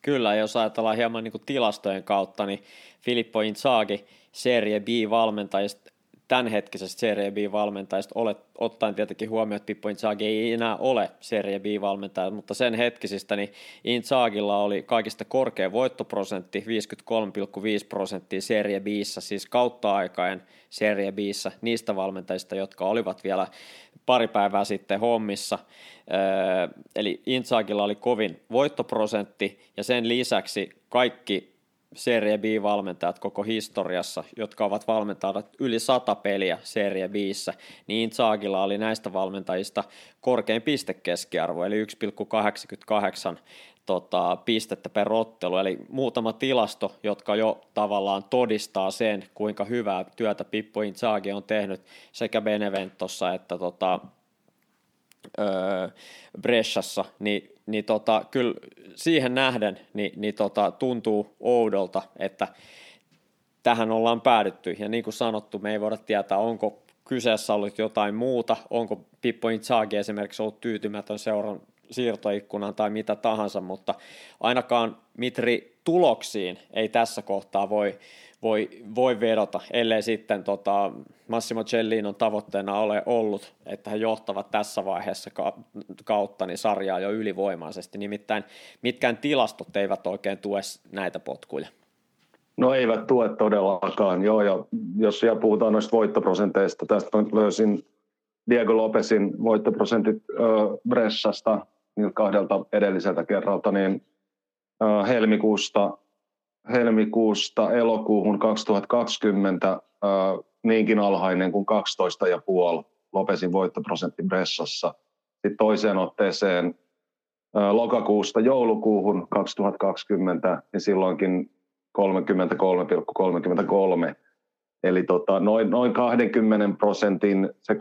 Kyllä, jos ajatellaan hieman niin kuin tilastojen kautta, niin Filippo Inzaghi Serie B-valmentajista, tämänhetkisestä Serie B-valmentajista, olet, ottaen tietenkin huomioon, että Pippo Inzaghi ei enää ole Serie B-valmentaja, mutta sen hetkisistä, niin Inzaghilla oli kaikista korkea voittoprosentti, viisikymmentäkolme pilkku viisi prosenttia Serie B:ssä, siis kautta aikaen Serie B:ssä, niistä valmentajista, jotka olivat vielä pari päivää sitten hommissa. Eli Inzaghilla oli kovin voittoprosentti, ja sen lisäksi kaikki Serie B-valmentajat koko historiassa, jotka ovat valmentaneet yli sata peliä Serie B:ssä, niin Inzaghilla oli näistä valmentajista korkein pistekeskiarvo, eli yksi pilkku kahdeksankymmentäkahdeksan tota, pistettä per ottelu, eli muutama tilasto, jotka jo tavallaan todistaa sen, kuinka hyvää työtä Pippo Inzaghi on tehnyt sekä Beneventossa että tota, öö, Bresciassa, niin niin tota, kyllä siihen nähden niin, niin tota, tuntuu oudolta, että tähän ollaan päädytty. Ja niin kuin sanottu, me ei voida tietää, onko kyseessä ollut jotain muuta, onko Pippo Inzaghi esimerkiksi ollut tyytymätön seuran siirtoikkunaan tai mitä tahansa, mutta ainakaan Mitri tuloksiin ei tässä kohtaa voi, voi, voi vedota, ellei sitten tota, Massimo Cellinon tavoitteena ole ollut, että he johtavat tässä vaiheessa kautta niin sarjaa jo ylivoimaisesti, nimittäin mitkään tilastot eivät oikein tue näitä potkuja. No eivät tue todellakaan, joo, ja jos siellä puhutaan noista voittoprosenteista, tästä löysin Diego Lopezin voittoprosentit äh, Bresciasta niiltä kahdelta edelliseltä kerralta, niin äh, helmikuusta, helmikuusta elokuuhun kaksituhattakaksikymmentä äh, niinkin alhainen kuin kaksitoista pilkku viisi Lopezin voittoprosentti Bresciassa. Sitten toiseen otteeseen äh, lokakuusta joulukuuhun kaksituhattakaksikymmentä, niin silloinkin kolmekymmentäkolme pilkku kolmekymmentäkolme. Eli tota, noin, noin kaksikymmentä prosentin se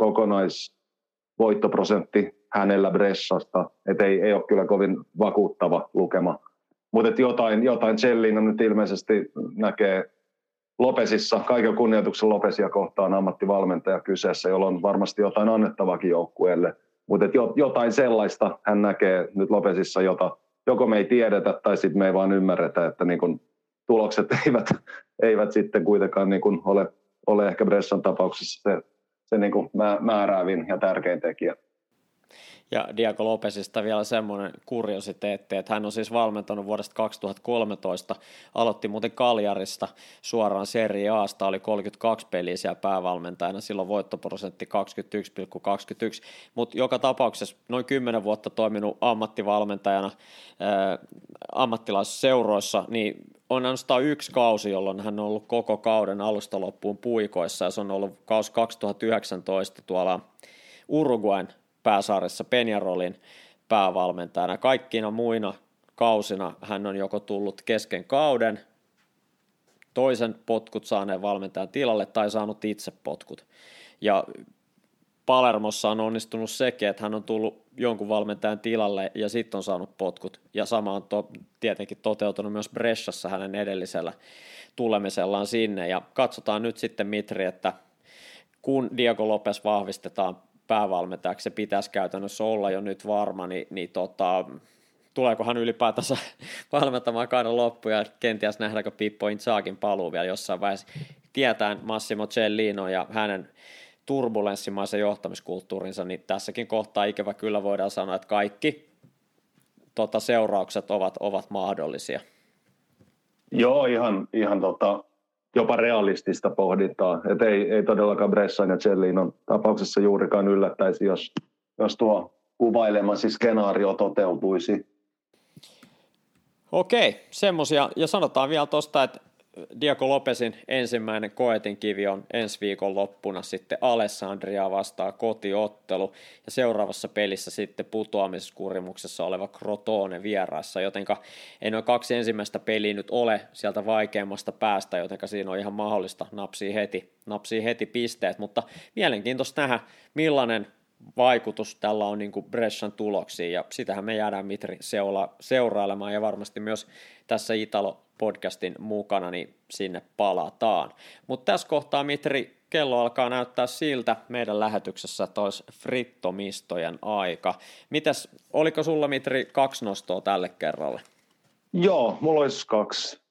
kokonaisvoittoprosentti hänellä Bresciasta, että ei, ei ole kyllä kovin vakuuttava lukema. Mutta jotain, jotain Cellino nyt ilmeisesti näkee Lopezissa, kaiken kunnioituksen Lopezia kohtaan ammattivalmentaja kyseessä, jolla on varmasti jotain annettavakin joukkueelle. Mutta jotain sellaista hän näkee nyt Lopezissa, jota joko me ei tiedetä tai sitten me ei vaan ymmärretä, että niin kun tulokset eivät, eivät sitten kuitenkaan niin kun ole, ole ehkä Brescian tapauksessa se, se niin kun määräävin ja tärkein tekijä. Ja Diego Lopezista vielä semmoinen kuriositeetti, että hän on siis valmentanut vuodesta kaksituhattakolmetoista, aloitti muuten Cagliarista suoraan Serie A:sta, oli kolmekymmentäkaksi peliä siellä päävalmentajana, silloin voittoprosentti kaksikymmentäyksi pilkku kaksikymmentäyksi, mutta joka tapauksessa noin kymmenen vuotta toiminut ammattivalmentajana ää, ammattilaisseuroissa, niin on ainoastaan yksi kausi, jolloin hän on ollut koko kauden alusta loppuun puikoissa, ja se on ollut kausi kaksituhattayhdeksäntoista tuolla Uruguayn pääsarjassa Peñarolin päävalmentajana. Kaikkina muina kausina hän on joko tullut kesken kauden toisen potkut saaneen valmentajan tilalle tai saanut itse potkut. Ja Palermossa on onnistunut sekin, että hän on tullut jonkun valmentajan tilalle ja sitten on saanut potkut. Ja sama on to- tietenkin toteutunut myös Bresciassa hänen edellisellä tulemisellaan sinne. Ja katsotaan nyt sitten Mitri, että kun Diego Lopez vahvistetaan päävalmentajaksi, se pitäisi käytännössä olla jo nyt varma, niin, niin tota, tuleeko hän ylipäätänsä valmentamaan kauden loppuun ja kenties nähdäänkö Pippo Inzaghin paluu vielä jossain vaiheessa. Tietään Massimo Cellino ja hänen turbulenssimaisen johtamiskulttuurinsa, niin tässäkin kohtaa ikävä kyllä voidaan sanoa, että kaikki tota, seuraukset ovat, ovat mahdollisia. Joo, ihan, ihan tota, jopa realistista pohdintaa. Et ei, ei todellakaan Brescian ja Cellinon tapauksessa juurikaan yllättäisi, jos, jos tuo kuvailemasi skenaario toteutuisi. Okei, semmoisia. Ja sanotaan vielä tuosta, että Diego Lopezin ensimmäinen koetinkivi on ensi viikon loppuna sitten Alessandria vastaan kotiottelu ja seuraavassa pelissä sitten putoamiskurimuksessa oleva Crotone vieraassa, jotenka ei noin kaksi ensimmäistä peliä nyt ole sieltä vaikeimmasta päästä, jotenka siinä on ihan mahdollista napsia heti, napsia heti pisteet, mutta mielenkiintoista nähdä, millainen vaikutus tällä on niin kuin Brescian tuloksiin, ja sitähän me jäädään Mitri seula, seurailemaan, ja varmasti myös tässä Italo-podcastin mukana, niin sinne palataan. Mutta tässä kohtaa, Mitri, kello alkaa näyttää siltä meidän lähetyksessä, että olisi frittomistojen aika. Mitäs, oliko sulla, Mitri, kaksi nostoa tälle kerralle? Joo, mulla olisi kaksi.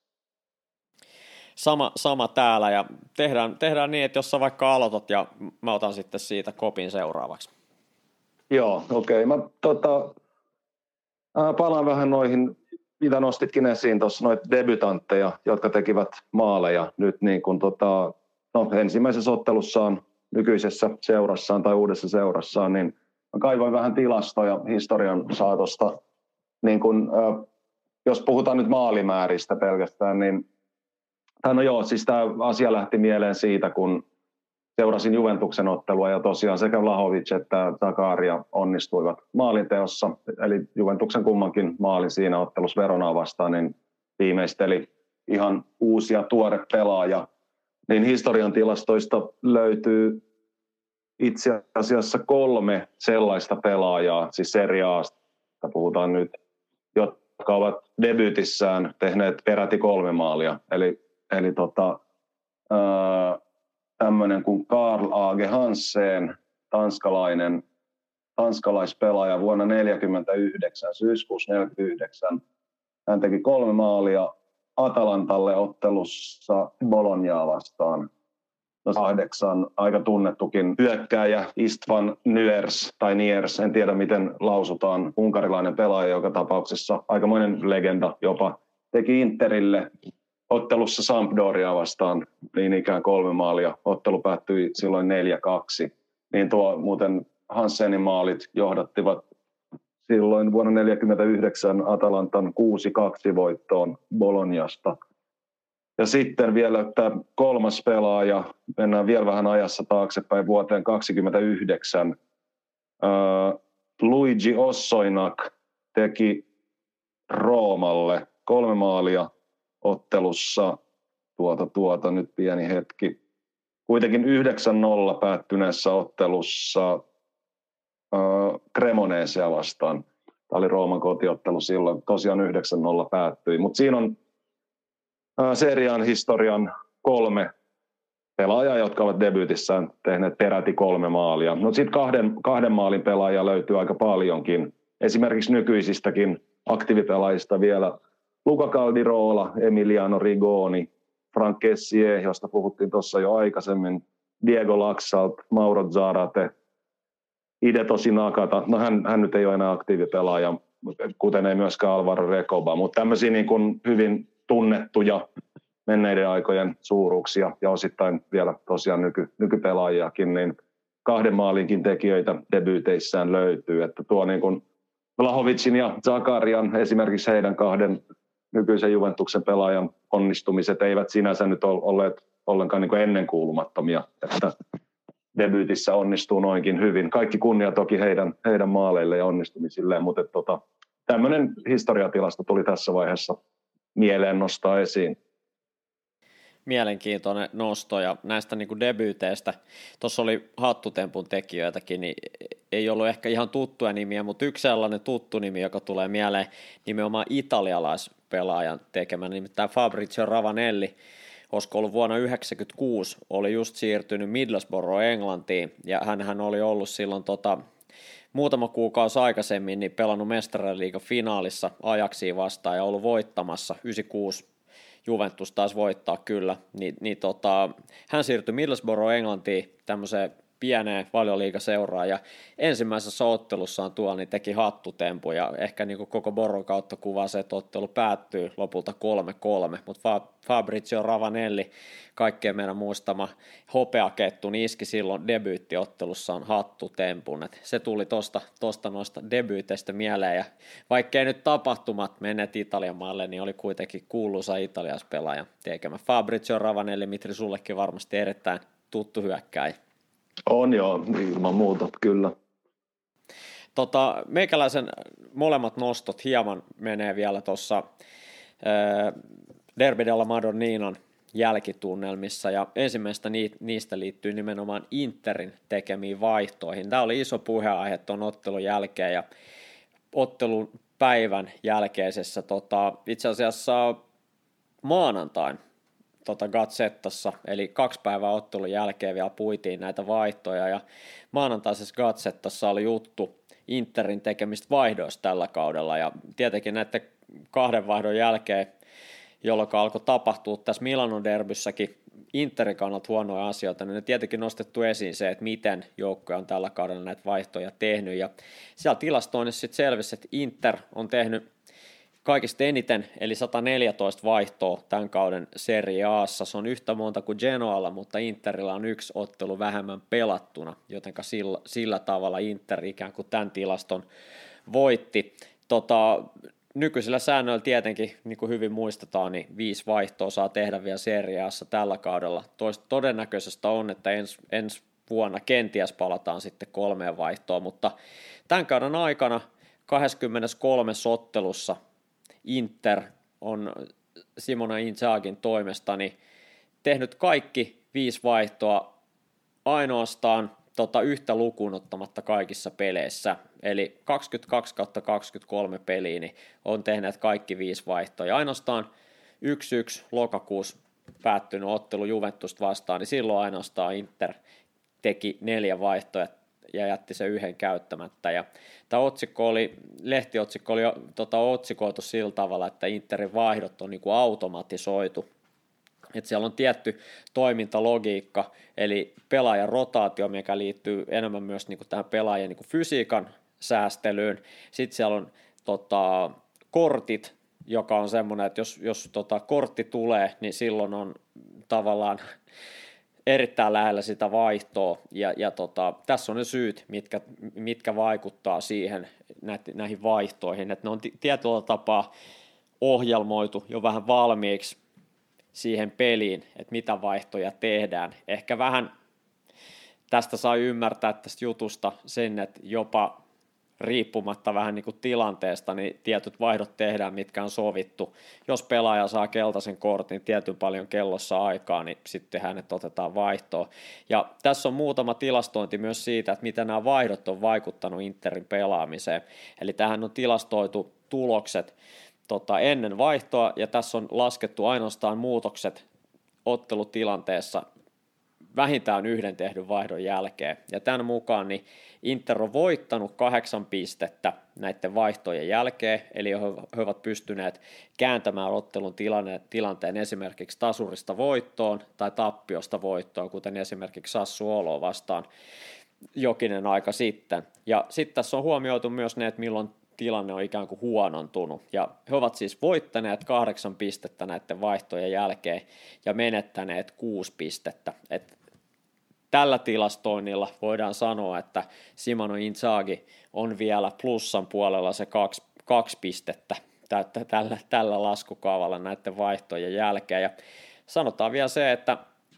Sama, sama täällä ja tehdään, tehdään niin, että jos sä vaikka aloitat ja mä otan sitten siitä kopin seuraavaksi. Joo, okei. Okay. Mä tota, ää, palaan vähän noihin, mitä nostitkin esiin tuossa, noita debutantteja, jotka tekivät maaleja nyt niin kuin tota, no, ensimmäisessä ottelussaan nykyisessä seurassaan tai uudessa seurassaan, niin mä kaivoin vähän tilastoja historian saatosta. Niin kun, ää, jos puhutaan nyt maalimääristä pelkästään, niin no joo, siis tämä asia lähti mieleen siitä, kun seurasin Juventuksen ottelua ja tosiaan sekä Vlahovic että Zakaria onnistuivat maalinteossa. Eli Juventuksen kummankin maalin siinä ottelussa Veronaa vastaan, niin viimeisteli ihan uusia tuore pelaaja. Niin historian tilastoista löytyy itse asiassa kolme sellaista pelaajaa, siis Serie A:sta puhutaan nyt, jotka ovat debyytissään tehneet peräti kolme maalia. Eli, eli tota, ää, tämmöinen kuin Karl Age Hansen, tanskalainen, tanskalaispelaaja vuonna tuhatyhdeksänsataaneljäkymmentäyhdeksän, syyskuussa neljäkymmentäyhdeksän. Hän teki kolme maalia Atalantalle ottelussa Bolognaa vastaan. No kahdeksan, aika tunnettukin hyökkääjä Istvan Nyers tai Niers, en tiedä miten lausutaan, unkarilainen pelaaja joka tapauksessa, aikamoinen legenda jopa, teki Interille ottelussa Sampdoria vastaan niin ikään kolme maalia. Ottelu päättyi silloin neljä kaksi. Niin tuo muuten Hansenin maalit johdattivat silloin vuonna tuhatyhdeksänsataaneljäkymmentäyhdeksän Atalantan kuusi kaksi voittoon Bolognasta. Ja sitten vielä tämä kolmas pelaaja, mennään vielä vähän ajassa taaksepäin vuoteen kaksikymmentäyhdeksän. Äh, Luigi Ossoinak teki Roomalle kolme maalia ottelussa, tuota, tuota, nyt pieni hetki, kuitenkin yhdeksän nolla päättyneessä ottelussa äh, Cremonesea vastaan. Tämä oli Rooman kotiottelu silloin, tosiaan yhdeksän nolla päättyi, mutta siinä on äh, serian historian kolme pelaajaa, jotka ovat debyytissään tehneet peräti kolme maalia. No sitten kahden, kahden maalin pelaajia löytyy aika paljonkin, esimerkiksi nykyisistäkin aktiivipelaajista vielä Luca Caldirola, Emiliano Rigoni, Frank Kessié, josta puhuttiin tuossa jo aikaisemmin, Diego Laxalt, Mauro Zarate, Hidetoshi Nakata. No hän, hän nyt ei ole enää aktiivipelaaja, kuten ei myöskään Alvaro Recoba, mutta tämmöisiä niin kuin hyvin tunnettuja menneiden aikojen suuruuksia ja osittain vielä tosiaan nyky, nykypelaajiakin, niin kahden maalinkin tekijöitä debyyteissään löytyy. Että tuo niin kuin Vlahovicin ja Zakarian, esimerkiksi heidän kahden nykyisen Juventuksen pelaajan onnistumiset eivät sinänsä nyt olleet ollenkaan niin kuin ennenkuulumattomia, että debyytissä onnistuu noinkin hyvin. Kaikki kunnia toki heidän, heidän maaleille ja onnistumisilleen, mutta tota, tämmöinen historiatilasto tuli tässä vaiheessa mieleen nostaa esiin. Mielenkiintoinen nosto ja näistä niin kuin debyyteistä, tuossa oli hattutempun tekijöitäkin, niin ei ollut ehkä ihan tuttuja nimiä, mutta yksi sellainen tuttu nimi, joka tulee mieleen nimenomaan italialaispelaajan tekemä, nimittäin Fabrizio Ravanelli, olisiko ollut vuonna yhdeksänkymmentäkuusi, oli just siirtynyt Middlesbrough Englantiin, ja hänhän oli ollut silloin tota, muutama kuukausi aikaisemmin niin pelannut Mestariliigan finaalissa Ajaxiin vastaan ja ollut voittamassa yhdeksänkymmentäkuusi Juventus taas voittaa kyllä, niin, niin tota, hän siirtyi Middlesbrough Englantiin tämmöiseen pieneen valioliigaseuraan ja ensimmäisessä ottelussaan tuolla niin teki hattutempu ja ehkä niin koko Boron kautta kuvaa se, että ottelu päättyy lopulta kolme kolme, mutta Fabrizio Ravanelli, kaikkeen meidän muistama hopeakettu, niin iski silloin debyyttiottelussaan hattutempun, että se tuli tosta, tosta noista debyyteistä mieleen ja vaikkei nyt tapahtumat menneet Italian maalle, niin oli kuitenkin kuuluisa italialaispelaaja tekemä. Fabrizio Ravanelli, Mitri, sullekin varmasti erittäin tuttu hyökkääjä. On joo, ilman muuta, kyllä. Tota, meikäläisen molemmat nostot hieman menee vielä tuossa Derby della Madonninan jälkitunnelmissa, ja ensimmäistä niistä liittyy nimenomaan Interin tekemiin vaihtoihin. Tämä oli iso puheenaihe tuon ottelun jälkeen, ja ottelun päivän jälkeisessä tota, itse asiassa maanantain tota Gazzettassa, eli kaksi päivää ottelun jälkeen vielä puitiin näitä vaihtoja, ja maanantaisessa Gazzettassa oli juttu Interin tekemistä vaihdoista tällä kaudella, ja tietenkin näiden kahden vaihdon jälkeen, jolloin alkoi tapahtua tässä Milanon derbyssäkin Interin kannalta huonoja asioita, niin ne tietenkin nostettu esiin se, että miten joukkoja on tällä kaudella näitä vaihtoja tehnyt, ja siellä tilastoinnissa sitten selvisi, että Inter on tehnyt kaikista eniten, eli sata neljätoista vaihtoa tämän kauden Serie A:ssa. Se on yhtä monta kuin Genoalla, mutta Interillä on yksi ottelu vähemmän pelattuna, joten sillä, sillä tavalla Inter ikään kuin tämän tilaston voitti. Tota, nykyisillä säännöillä tietenkin, niin kuin hyvin muistetaan, niin viisi vaihtoa saa tehdä vielä Serie A:ssa tällä kaudella. Toista todennäköisestä on, että ens, ensi vuonna kenties palataan sitten kolmeen vaihtoon, mutta tämän kauden aikana kaksikymmentäkolme ottelussa Inter on Simone Inzaghin toimesta niin tehnyt kaikki viisi vaihtoa ainoastaan tota, yhtä lukuun ottamatta kaikissa peleissä, eli kaksikymmentäkaksi kautta kaksikymmentäkolme peliä niin on tehneet kaikki viisi vaihtoa, ja ainoastaan yksi yksi lokakuussa päättynyt ottelu Juventusta vastaan, niin silloin ainoastaan Inter teki neljä vaihtoa ja jätti sen yhden käyttämättä, ja tämä otsikko oli, lehtiotsikko oli tota, otsikoitu sillä tavalla, että Interin vaihdot on niin kuin automatisoitu, että siellä on tietty toimintalogiikka, eli pelaajan rotaatio, mikä liittyy enemmän myös niin kuin tähän pelaajan niin kuin fysiikan säästelyyn, sitten siellä on tota, kortit, joka on semmoinen, että jos, jos tota, kortti tulee, niin silloin on tavallaan erittäin lähellä sitä vaihtoa, ja, ja tota, tässä on ne syyt, mitkä, mitkä vaikuttaa siihen näihin, näihin vaihtoihin, että ne on t- tietyllä tapaa ohjelmoitu jo vähän valmiiksi siihen peliin, että mitä vaihtoja tehdään. Ehkä vähän tästä saa ymmärtää tästä jutusta sen, että jopa riippumatta vähän niin kuin tilanteesta, niin tietyt vaihdot tehdään, mitkä on sovittu. Jos pelaaja saa keltaisen kortin tietyn paljon kellossa aikaa, niin sitten hänet otetaan vaihtoon. Ja tässä on muutama tilastointi myös siitä, että miten nämä vaihdot on vaikuttanut Interin pelaamiseen. Eli tähän on tilastoitu tulokset tota, ennen vaihtoa, ja tässä on laskettu ainoastaan muutokset ottelutilanteessa vähintään yhden tehdyn vaihdon jälkeen. Ja tämän mukaan niin Inter on voittanut kahdeksan pistettä näiden vaihtojen jälkeen, eli he ovat pystyneet kääntämään ottelun tilanne, tilanteen esimerkiksi tasurista voittoon tai tappiosta voittoon, kuten esimerkiksi Sassuoloa vastaan jokinen aika sitten. Ja sitten tässä on huomioitu myös ne, että milloin tilanne on ikään kuin huonontunut, ja he ovat siis voittaneet kahdeksan pistettä näiden vaihtojen jälkeen ja menettäneet kuusi pistettä. Et tällä tilastoinnilla voidaan sanoa, että Simone Inzaghi on vielä plussan puolella se kaksi, kaksi pistettä tällä, tällä laskukaavalla näiden vaihtojen jälkeen, ja sanotaan vielä se, että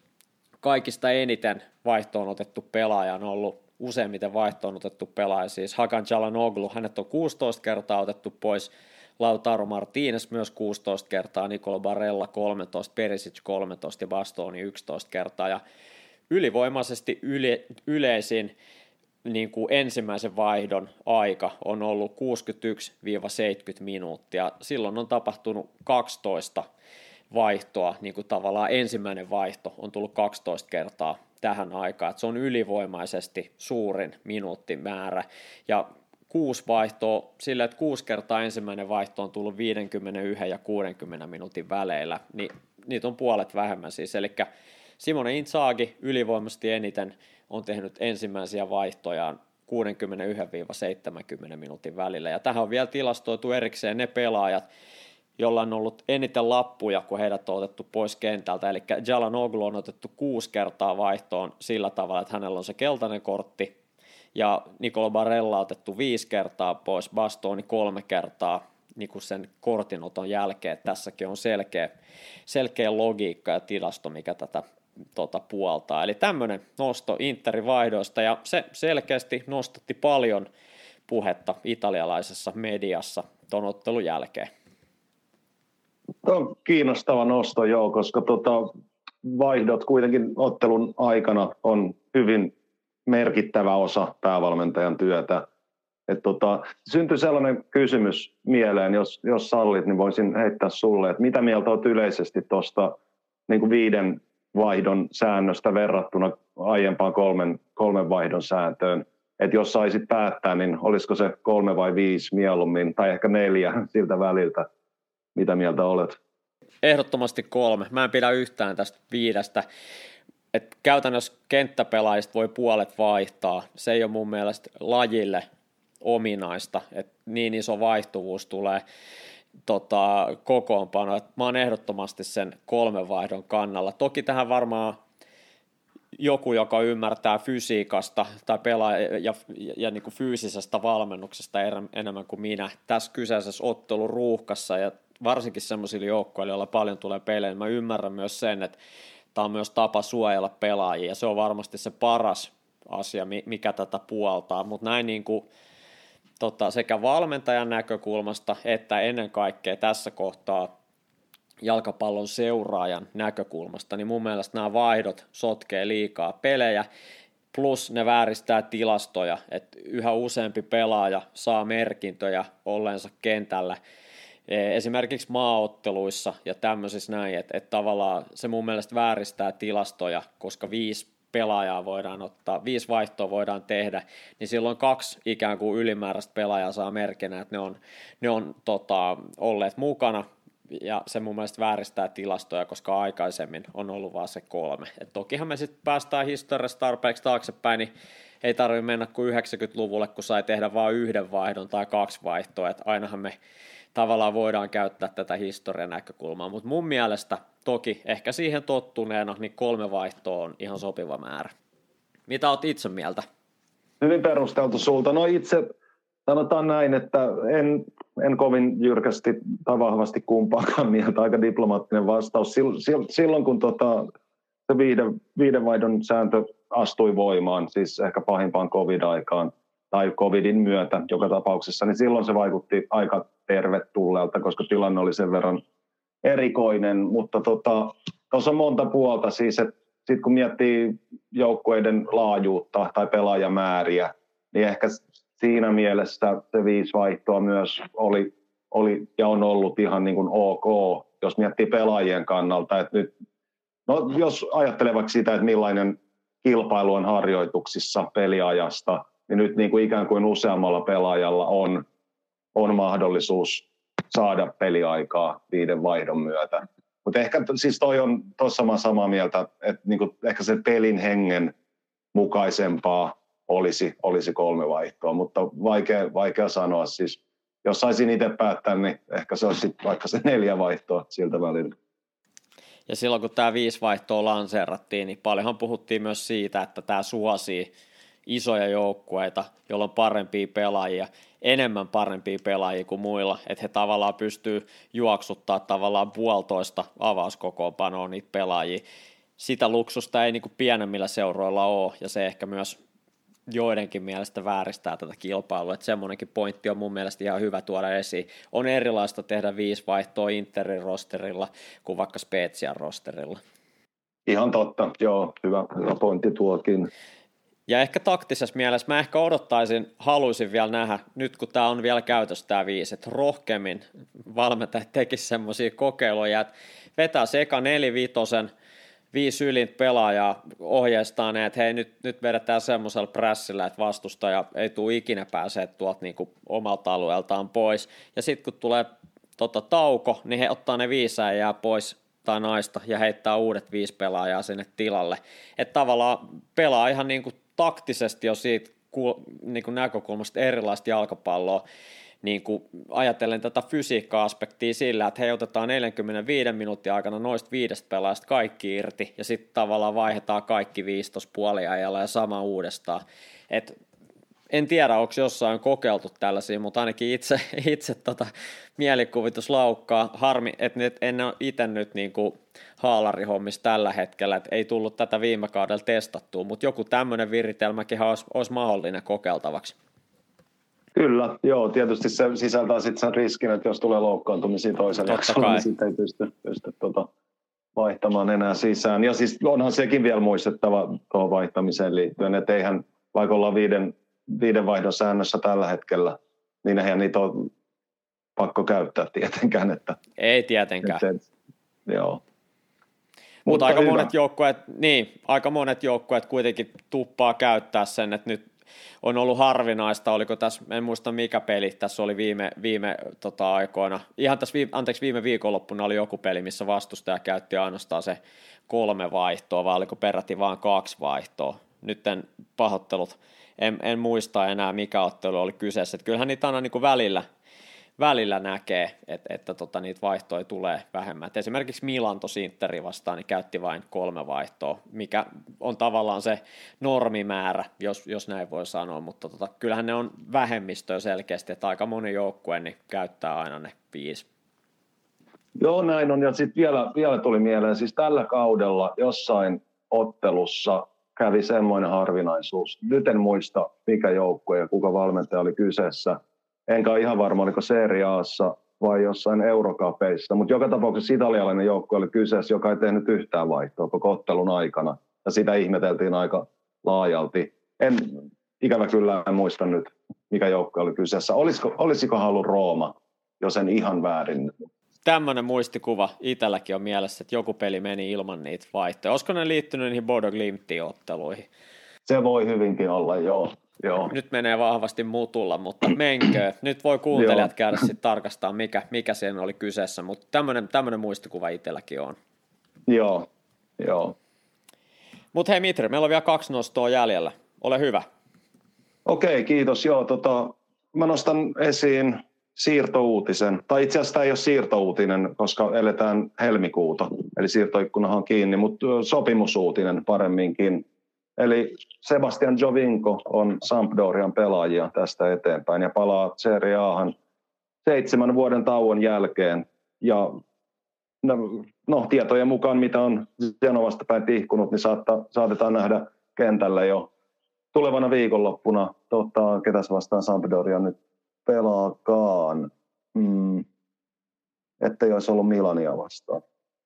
kaikista eniten vaihtoon otettu pelaaja on ollut useimmiten vaihtoon otettu pelaaja, siis Hakan Çalhanoğlu, hänet on kuusitoista kertaa otettu pois, Lautaro Martínez myös kuusitoista kertaa, Nicolo Barella kolmetoista, Perisic kolmetoista ja Bastoni yksitoista kertaa, ja ylivoimaisesti yle, yleisin niin kuin ensimmäisen vaihdon aika on ollut kuusikymmentäyksi seitsemänkymmentä minuuttia, silloin on tapahtunut kaksitoista vaihtoa, niin kuin tavallaan ensimmäinen vaihto on tullut kaksitoista kertaa tähän aikaan, että se on ylivoimaisesti suurin minuuttimäärä, ja kuusi vaihtoa, sillä että kuusi kertaa ensimmäinen vaihto on tullut viisikymmentäyksi ja kuusikymmentä minuutin väleillä, niin niitä on puolet vähemmän siis, eli Simone Inzaghi ylivoimaisesti eniten on tehnyt ensimmäisiä vaihtojaan kuusikymmentäyksi seitsemänkymmentä minuutin välillä, ja tähän on vielä tilastoitu erikseen ne pelaajat, jolla on ollut eniten lappuja, kun heidät on otettu pois kentältä, eli Çalhanoğlu on otettu kuusi kertaa vaihtoon sillä tavalla, että hänellä on se keltainen kortti, ja Nicolo Barella on otettu viisi kertaa pois, Bastoni kolme kertaa niin kuin sen kortinoton jälkeen. Tässäkin on selkeä, selkeä logiikka ja tilasto, mikä tätä tota, puoltaa. Eli tämmöinen nosto Interin vaihdoista, ja se selkeästi nostatti paljon puhetta italialaisessa mediassa ton ottelun jälkeen. Tuo on kiinnostava nosto, joo, koska tota, vaihdot kuitenkin ottelun aikana on hyvin merkittävä osa päävalmentajan työtä. Et tota, syntyi sellainen kysymys mieleen, jos, jos sallit, niin voisin heittää sulle, että mitä mieltä olet yleisesti tuosta niin kuin viiden vaihdon säännöstä verrattuna aiempaan kolmen, kolmen vaihdon sääntöön. Että jos saisit päättää, niin olisiko se kolme vai viisi mieluummin, tai ehkä neljä siltä väliltä? mitä mieltä olet? Ehdottomasti kolme. Mä en pidä yhtään tästä viidestä. Et käytännössä kenttäpelaajista voi puolet vaihtaa. Se ei ole mun mielestä lajille ominaista, että niin iso vaihtuvuus tulee tota, kokoonpano. Et mä oon ehdottomasti sen kolmen vaihdon kannalla. Toki tähän varmaan joku, joka ymmärtää fysiikasta tai pelaa ja, ja, ja niin kuin fyysisestä valmennuksesta enemmän kuin minä tässä kyseisessä otteluruuhkassa ja varsinkin semmoisilla joukkoilla, joilla paljon tulee pelejä. Mä ymmärrän myös sen, että tämä on myös tapa suojella pelaajia ja se on varmasti se paras asia, mikä tätä puoltaa, mutta näin niin kuin, tota, sekä valmentajan näkökulmasta että ennen kaikkea tässä kohtaa jalkapallon seuraajan näkökulmasta, niin mun mielestä nämä vaihdot sotkee liikaa pelejä, plus ne vääristää tilastoja, että yhä useampi pelaaja saa merkintöjä olleensa kentällä, esimerkiksi maaotteluissa ja tämmöisissä näin, että, että tavallaan se mun mielestä vääristää tilastoja, koska viisi pelaajaa voidaan ottaa, viisi vaihtoa voidaan tehdä, niin silloin kaksi ikään kuin ylimääräistä pelaajaa saa merkinä, että ne on, ne on tota, olleet mukana, ja se mun mielestä vääristää tilastoja, koska aikaisemmin on ollut vaan se kolme. Et tokihan me sitten päästään historiassa tarpeeksi taaksepäin, niin ei tarvitse mennä kuin yhdeksänkymmentäluvulle, kun sai tehdä vain yhden vaihdon tai kaksi vaihtoa, että ainahan me tavallaan voidaan käyttää tätä historian näkökulmaa, mutta mun mielestä toki ehkä siihen tottuneena, niin kolme vaihtoa on ihan sopiva määrä. Mitä oot itse mieltä? Hyvin perusteltu sulta. No itse sanotaan näin, että en, en kovin jyrkästi tai vahvasti kumpaakaan mieltä, aika diplomaattinen vastaus. Silloin kun tota, se viiden, viiden vaihdon sääntö astui voimaan, siis ehkä pahimpaan covid-aikaan tai covidin myötä joka tapauksessa, niin silloin se vaikutti aika tervetulleelta, koska tilanne oli sen verran erikoinen, mutta tuossa tota, on monta puolta, siis että sitten kun miettii joukkueiden laajuutta tai pelaajamääriä, niin ehkä siinä mielessä se viisi vaihtoa myös oli, oli ja on ollut ihan niin kuin ok, jos miettii pelaajien kannalta. Että nyt, no jos ajattelee vaikka sitä, että millainen kilpailu on harjoituksissa peliajasta, niin nyt niin kuin ikään kuin useammalla pelaajalla on, on mahdollisuus saada peliaikaa viiden vaihdon myötä. Mutta ehkä siis toi on tuossa mä samaa mieltä, että niinku ehkä se pelin hengen mukaisempaa olisi, olisi kolme vaihtoa, mutta vaikea, vaikea sanoa. Siis, jos saisin itse päättää, niin ehkä se olisi vaikka se neljä vaihtoa siltä välillä. Ja silloin kun tämä viisi vaihtoa lanseerattiin, niin paljonhan puhuttiin myös siitä, että tämä suosii isoja joukkueita, joilla on parempia pelaajia, enemmän parempia pelaajia kuin muilla, että he tavallaan pystyy juoksuttaa tavallaan puolitoista avauskokoonpanoa niitä pelaajia. Sitä luksusta ei niin kuin pienemmillä seuroilla ole, ja se ehkä myös joidenkin mielestä vääristää tätä kilpailua, että semmoinenkin pointti on mun mielestä ihan hyvä tuoda esiin. On erilaista tehdä viisi vaihtoa Interin rosterilla kuin vaikka Spezian rosterilla. Ihan totta, joo, hyvä, hyvä pointti tuokin. Ja ehkä taktisessa mielessä mä ehkä odottaisin, haluaisin vielä nähdä, nyt kun tämä on vielä käytössä tämä viisi, että rohkeammin valmentajat tekisivät semmoisia kokeiluja, että vetää se eka nelivitosen, viisi ylintä pelaajaa ohjeistaan, että hei nyt, nyt vedetään semmoisella prässillä, että vastustaja ei tule ikinä pääsee tuolta niinku omalta alueeltaan pois. Ja sitten kun tulee tota, tauko, niin he ottaa ne viisi jää pois tai naista ja heittää uudet viisi pelaajaa sinne tilalle. Että tavallaan pelaa ihan niinku taktisesti jo siitä niin kuin näkökulmasta erilaista jalkapalloa, niin kuin ajatellen tätä fysiikka-aspektia sillä, että hei, otetaan neljänkymmenenviiden minuutin aikana noista viidestä pelaajasta kaikki irti, ja sitten tavallaan vaihdetaan kaikki viisi tuossa puoliajalla ja sama uudestaan. Et en tiedä, onko jossain kokeiltu tällaisia, mutta ainakin itse, itse tota, mielikuvitus laukkaa. Harmi, että nyt en ole itse nyt niin kuin haalarihommissa tällä hetkellä, että ei tullut tätä viime kaudella testattua, mutta joku tämmöinen viritelmäkin olisi, olisi mahdollinen kokeiltavaksi. Kyllä, joo, tietysti se sisältää sitten sen riskin, että jos tulee loukkaantumisia toisen jaksolla, niin sitten ei pysty, pysty tuota vaihtamaan enää sisään. Ja siis onhan sekin vielä muistettava tuohon vaihtamiseen liittyen, että eihän, vaikka ollaan viiden, viiden vaihdon säännössä tällä hetkellä, niin eihän niitä ole pakko käyttää tietenkään. Että, ei tietenkään. Että, että, joo. Mutta aika monet joukkueet, niin, aika monet joukkueet kuitenkin tuppaa käyttää sen, että nyt on ollut harvinaista, oliko tässä, en muista mikä peli, tässä oli viime, viime tota, aikoina, ihan tässä, viime, anteeksi, viime viikonloppuna oli joku peli, missä vastustaja käytti ainoastaan se kolme vaihtoa, vai oliko peräti vain kaksi vaihtoa. Nyt en pahoittelut, en, en muista enää mikä ottelu oli kyseessä, että kyllähän niitä aina niin kuin välillä, välillä näkee, että, että tota, niitä vaihtoja tulee vähemmän. Et esimerkiksi Milan tosi Interi vastaan niin käytti vain kolme vaihtoa, mikä on tavallaan se normimäärä, jos, jos näin voi sanoa, mutta tota, kyllähän ne on vähemmistöä selkeästi, että aika moni joukkue niin käyttää aina ne viisi. Joo, näin on. Ja sitten vielä, vielä tuli mieleen, siis tällä kaudella jossain ottelussa kävi semmoinen harvinaisuus. Nyt en muista, mikä joukkue ja kuka valmentaja oli kyseessä. Enkä ole ihan varma, oliko Serie A:ssa vai jossain Eurokapeissa, mutta joka tapauksessa italialainen joukkue oli kyseessä, joka ei tehnyt yhtään vaihtoa koko ottelun aikana. Ja sitä ihmeteltiin aika laajalti. En ikävä kyllä en muista nyt, mikä joukkue oli kyseessä. Olisiko, olisiko ollut Rooma, jos en ihan väärin? Tämmöinen muistikuva itselläkin on mielessä, että joku peli meni ilman niitä vaihtoja. Olisiko ne liittynyt niihin Bodo Glimtin otteluihin? Se voi hyvinkin olla, joo. Joo. Nyt menee vahvasti mutulla, mutta menkö. Nyt voi kuuntelijat käydä sitten tarkastaa, mikä, mikä siinä oli kyseessä, mutta tämmöinen, tämmöinen muistikuva itselläkin on. Joo, joo. Mutta hei Mitri, meillä on vielä kaksi nostoa jäljellä. Ole hyvä. Okei, kiitos. Joo, tota, mä nostan esiin siirtouutisen. Tai itse asiassa tämä ei ole siirtouutinen, koska eletään helmikuuta, eli siirtoikkunahan on kiinni, mutta sopimusuutinen paremminkin. Eli Sebastian Giovinco on Sampdorian pelaajia tästä eteenpäin ja palaa Serie A:han seitsemän vuoden tauon jälkeen. Ja no, no tietojen mukaan, mitä on Genovasta päin tihkunut, niin saattaa, saatetaan nähdä kentällä jo tulevana viikonloppuna. Tota, ketäs vastaan Sampdoria nyt pelaakaan, mm, ettei olisi ollut Milania vastaan.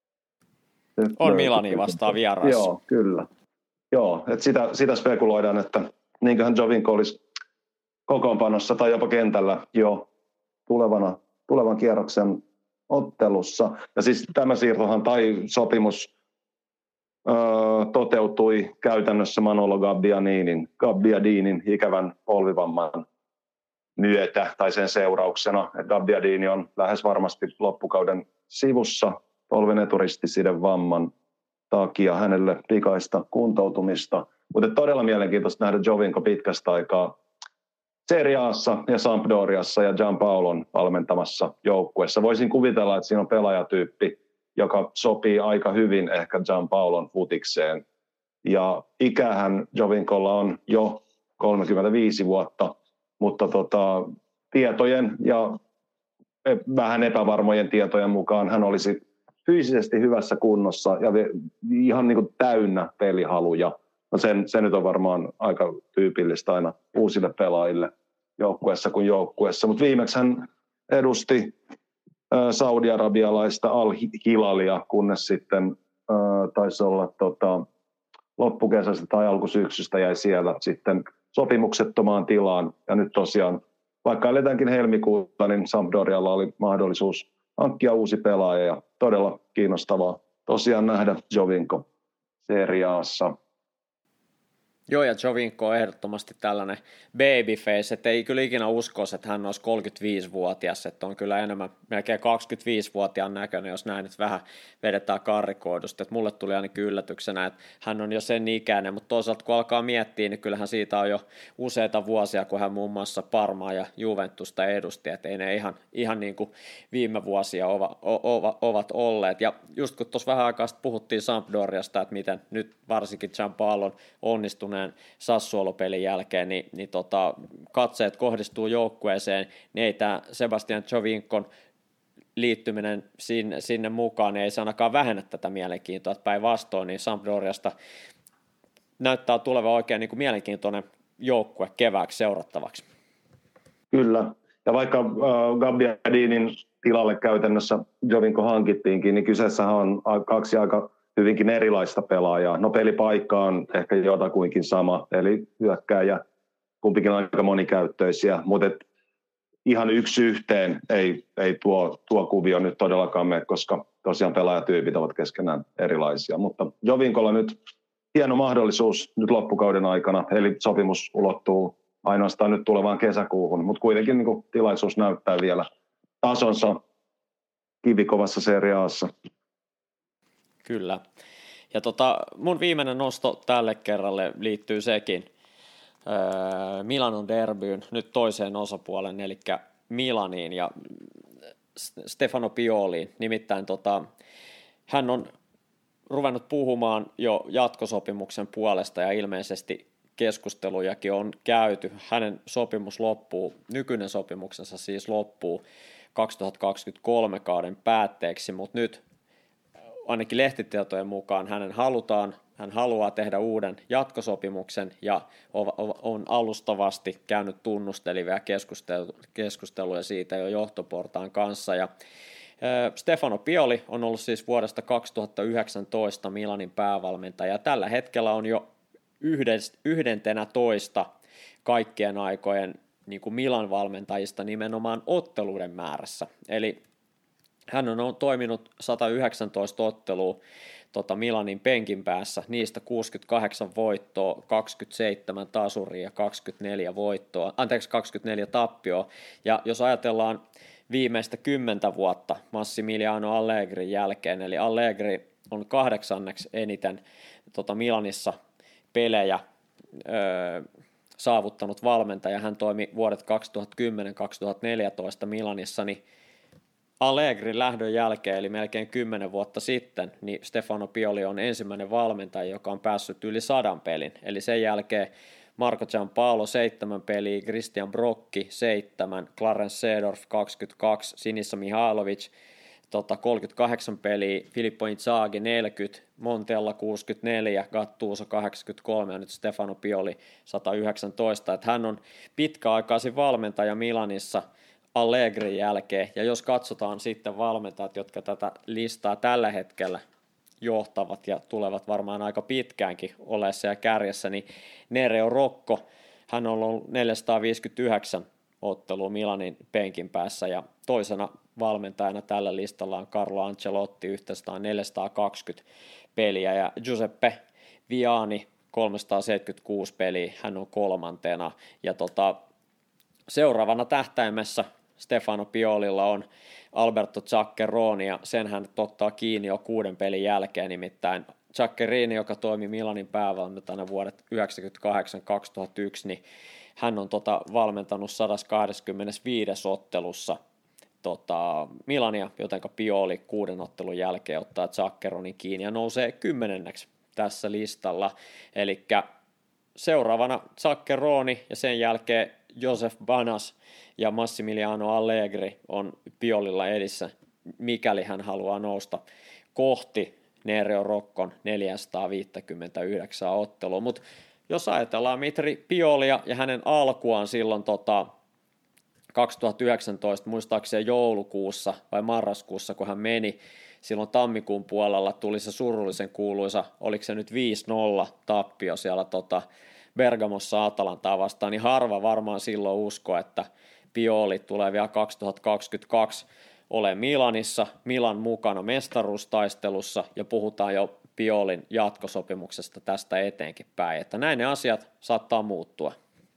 Nyt on Milania vastaan vieraassa. Joo, kyllä. Joo, että sitä, sitä spekuloidaan, että niinköhän Giovinco olisi kokoonpanossa tai jopa kentällä jo tulevana, tulevan kierroksen ottelussa. Ja siis tämä siirtohan tai sopimus öö, toteutui käytännössä Manolo Gabbiadinin, Gabbiadinin ikävän polvivamman myötä tai sen seurauksena. Gabbiadini on lähes varmasti loppukauden sivussa polven eturistisiden vamman takia, hänelle pikaista kuntoutumista. Mutta todella mielenkiintoista nähdä Giovinco pitkästä aikaa Serie A:ssa ja Sampdoriassa ja Gianpaolon valmentamassa joukkueessa. Voisin kuvitella, että siinä on pelaajatyyppi, joka sopii aika hyvin ehkä Gianpaolon futikseen. Ja ikähän Giovincolla on jo kolmekymmentäviisi vuotta, mutta tota, tietojen ja vähän epävarmojen tietojen mukaan hän olisi fyysisesti hyvässä kunnossa ja ihan niin kuin täynnä pelihaluja. No sen, se nyt on varmaan aika tyypillistä aina uusille pelaajille joukkueessa kuin joukkueessa. Mutta viimeksi hän edusti äh, saudi-arabialaista Al-Hilalia, kunnes sitten äh, taisi olla tota, loppukesästä tai alkusyksystä jäi siellä sitten sopimuksettomaan tilaan. Ja nyt tosiaan, vaikka eletäänkin helmikuuta, niin Sampdorialla oli mahdollisuus hankkia uusi pelaaja ja todella kiinnostavaa tosiaan nähdä Giovinco Serie A:ssa. Joo, ja Giovinco on ehdottomasti tällainen babyface, että ei kyllä ikinä uskoisi, että hän olisi kolmekymmentäviisivuotias, että on kyllä enemmän melkein kaksikymmentäviisivuotiaan näköinen, jos näin nyt vähän vedetään karrikoidusta, että mulle tuli ainakin yllätyksenä, että hän on jo sen ikäinen, mutta toisaalta kun alkaa miettiä, niin kyllähän siitä on jo useita vuosia, kun hän muun muassa Parmaa ja Juventusta edusti, että ei ne ihan, ihan niin kuin viime vuosia ova, ova, ovat olleet, ja just kun tuossa vähän aikaa puhuttiin Sampdoriasta, että miten nyt varsinkin Gianpaolon onnistuneen Sassuolo-pelin jälkeen, niin, niin tota, katseet kohdistuu joukkueeseen, niin ei tämä Sebastian Giovincon liittyminen sinne, sinne mukaan, niin ei se ainakaan vähennä tätä mielenkiintoa, että päinvastoin, niin Sampdoriasta näyttää tulevan oikein niin kuin mielenkiintoinen joukkue kevääksi seurattavaksi. Kyllä, ja vaikka äh, Gabbiadinin tilalle käytännössä Giovinco hankittiinkin, niin kyseessähän on kaksi aika hyvinkin erilaista pelaajaa. No pelipaikka on ehkä jotakuinkin sama, eli hyökkääjä, kumpikin aika monikäyttöisiä, mutta ihan yksi yhteen ei, ei tuo, tuo kuvio nyt todellakaan mene, koska tosiaan pelaajatyypit ovat keskenään erilaisia. Mutta Giovincolla nyt hieno mahdollisuus nyt loppukauden aikana, eli sopimus ulottuu ainoastaan nyt tulevaan kesäkuuhun, mutta kuitenkin niin kuin tilaisuus näyttää vielä tasonsa kivikovassa Serie A:ssa. Kyllä. Ja tota, mun viimeinen nosto tälle kerralle liittyy sekin öö, Milanon derbyyn, nyt toiseen osapuolen, eli Milaniin ja Stefano Pioliin. Nimittäin tota, hän on ruvennut puhumaan jo jatkosopimuksen puolesta ja ilmeisesti keskustelujakin on käyty. Hänen sopimus loppuu, nykyinen sopimuksensa siis loppuu kaksituhattakaksikymmentäkolme kauden päätteeksi, mutta nyt ainakin lehtitietojen mukaan hänen halutaan, hän haluaa tehdä uuden jatkosopimuksen ja on alustavasti käynyt tunnustelivia keskusteluja siitä jo johtoportaan kanssa. Ja Stefano Pioli on ollut siis vuodesta kaksituhattayhdeksäntoista Milanin päävalmentaja ja tällä hetkellä on jo yhdentenä toista kaikkien aikojen niin kuin Milan valmentajista nimenomaan otteluiden määrässä. Eli hän on toiminut sata yhdeksäntoista ottelua tota Milanin penkin päässä, niistä kuusikymmentäkahdeksan voittoa, kaksikymmentäseitsemän tasuria ja kaksikymmentäneljä voittoa, anteeksi kaksikymmentäneljä tappioa. Ja jos ajatellaan viimeistä kymmentä vuotta Massimiliano Allegrin jälkeen, eli Allegri on kahdeksanneksi eniten tota Milanissa pelejä öö, saavuttanut valmentaja, hän toimi vuodet kaksituhattakymmenen kaksituhattaneljätoista Milanissa, niin Allegrin lähdön jälkeen, eli melkein kymmenen vuotta sitten, niin Stefano Pioli on ensimmäinen valmentaja, joka on päässyt yli sadan pelin. Eli sen jälkeen Marco Giampaolo seitsemän peliä, Christian Brocchi seitsemän, Clarence Seedorf kaksikymmentäkaksi, Sinisa Mihailovic tota, kolmekymmentäkahdeksan peliä, Filippo Inzaghi neljäkymmentä, Montella kuusikymmentäneljä, Gattuso kahdeksankymmentäkolme ja nyt Stefano Pioli sata yhdeksäntoista. Että hän on pitkäaikaisin valmentaja Milanissa Allegrin jälkeen, ja jos katsotaan sitten valmentajat, jotka tätä listaa tällä hetkellä johtavat ja tulevat varmaan aika pitkäänkin olemaan siellä kärjessä, niin Nereo Rocco, hän on ollut neljäsataaviisikymmentäyhdeksän ottelua Milanin penkin päässä, ja toisena valmentajana tällä listalla on Carlo Ancelotti, yhteensä neljäsataakaksikymmentä peliä, ja Giuseppe Viani kolmesataaseitsemänkymmentäkuusi peliä, hän on kolmantena, ja tota, seuraavana tähtäimessä Stefano Piolilla on Alberto Zaccheroni, ja sen hän ottaa kiinni jo kuuden pelin jälkeen, nimittäin Zaccherini, joka toimi Milanin päävalmentajana vuodet yhdeksänkymmentäkahdeksan kaksituhattayksi, niin hän on tota valmentanut sata kaksikymmentäviisi ottelussa tota Milania, jotenka Pioli kuuden ottelun jälkeen ottaa Zaccheronin kiinni ja nousee kymmenenneksi tässä listalla, eli seuraavana Zaccheroni ja sen jälkeen Josef Banas ja Massimiliano Allegri on Piolilla edissä, mikäli hän haluaa nousta kohti Nereo Roccon neljäsataaviisikymmentäyhdeksän ottelua. Mutta jos ajatellaan Mitri Piolia ja hänen alkuaan silloin tota kaksituhattayhdeksäntoista, muistaakseni joulukuussa vai marraskuussa, kun hän meni, silloin tammikuun puolella tuli se surullisen kuuluisa, oliko se nyt viisi nolla tappio siellä tota Bergamossa Atalantaa vastaan, niin harva varmaan silloin usko, että Pioli tulee vielä kaksituhattakaksikymmentäkaksi ole Milanissa, Milan mukana mestaruustaistelussa ja puhutaan jo Piolin jatkosopimuksesta tästä eteenkin päin, että näin ne asiat saattaa muuttua.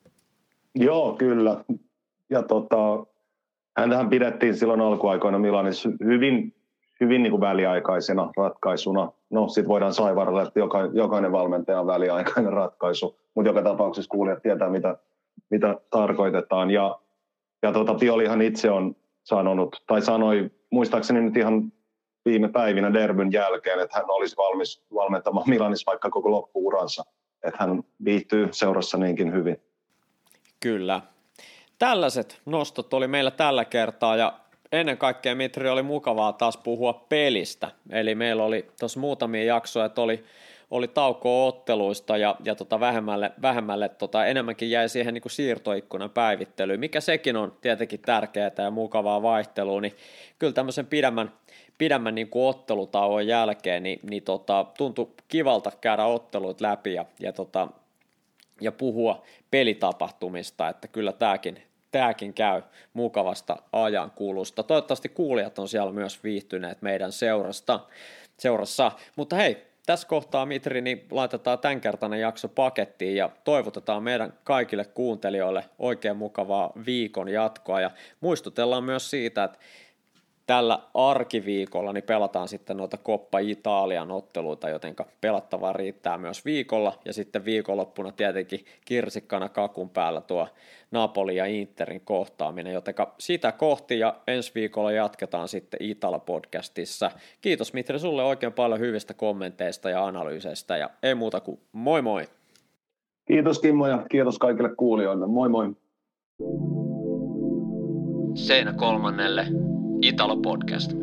Joo, kyllä. Ja tota, häntähän pidettiin silloin alkuaikoina Milanissa hyvin, hyvin niin kuin väliaikaisena ratkaisuna. No, sitten voidaan saivarrella, että joka, jokainen valmentaja on väliaikainen ratkaisu, mutta joka tapauksessa kuulijat tietää, mitä, mitä tarkoitetaan. Ja, ja tota, Piolihan itse on sanonut, tai sanoi, muistaakseni nyt ihan viime päivinä derbyn jälkeen, että hän olisi valmis valmentamaan Milanissa vaikka koko loppuuransa, että hän viihtyy seurassa niinkin hyvin. Kyllä. Tällaiset nostot oli meillä tällä kertaa, ja ennen kaikkea, Mitri, oli mukavaa taas puhua pelistä. Eli meillä oli tuossa muutamia jaksoja, että oli, oli taukoa otteluista ja, ja tota vähemmälle, vähemmälle tota enemmänkin jäi siihen niin kuin siirtoikkunan päivittelyyn, mikä sekin on tietenkin tärkeää ja mukavaa vaihtelua, niin kyllä tämmöisen pidemmän, pidemmän niin kuin ottelutauon jälkeen niin, niin tota, tuntui kivalta käydä ottelut läpi ja, ja, tota, ja puhua pelitapahtumista, että kyllä tämäkin Tämäkin käy mukavasta ajankulusta. Toivottavasti kuulijat on siellä myös viihtyneet meidän seurasta, seurassa. Mutta hei, tässä kohtaa, Mitri, niin laitetaan tämänkertainen jakso pakettiin ja toivotetaan meidän kaikille kuuntelijoille oikein mukavaa viikon jatkoa ja muistutellaan myös siitä, että tällä arkiviikolla niin pelataan sitten noita Coppa Italian otteluita, jotenka pelattavaa riittää myös viikolla, ja sitten viikonloppuna tietenkin kirsikkana kakun päällä tuo Napoli ja Interin kohtaaminen, jotenka sitä kohti, ja ensi viikolla jatketaan sitten Itala-podcastissa. Kiitos Mitri sulle oikein paljon hyvistä kommenteista ja analyyseistä, ja ei muuta kuin moi moi! Kiitos Kimmo ja kiitos kaikille kuulijoille, moi moi! Seinä kolmannelle Italo Podcast.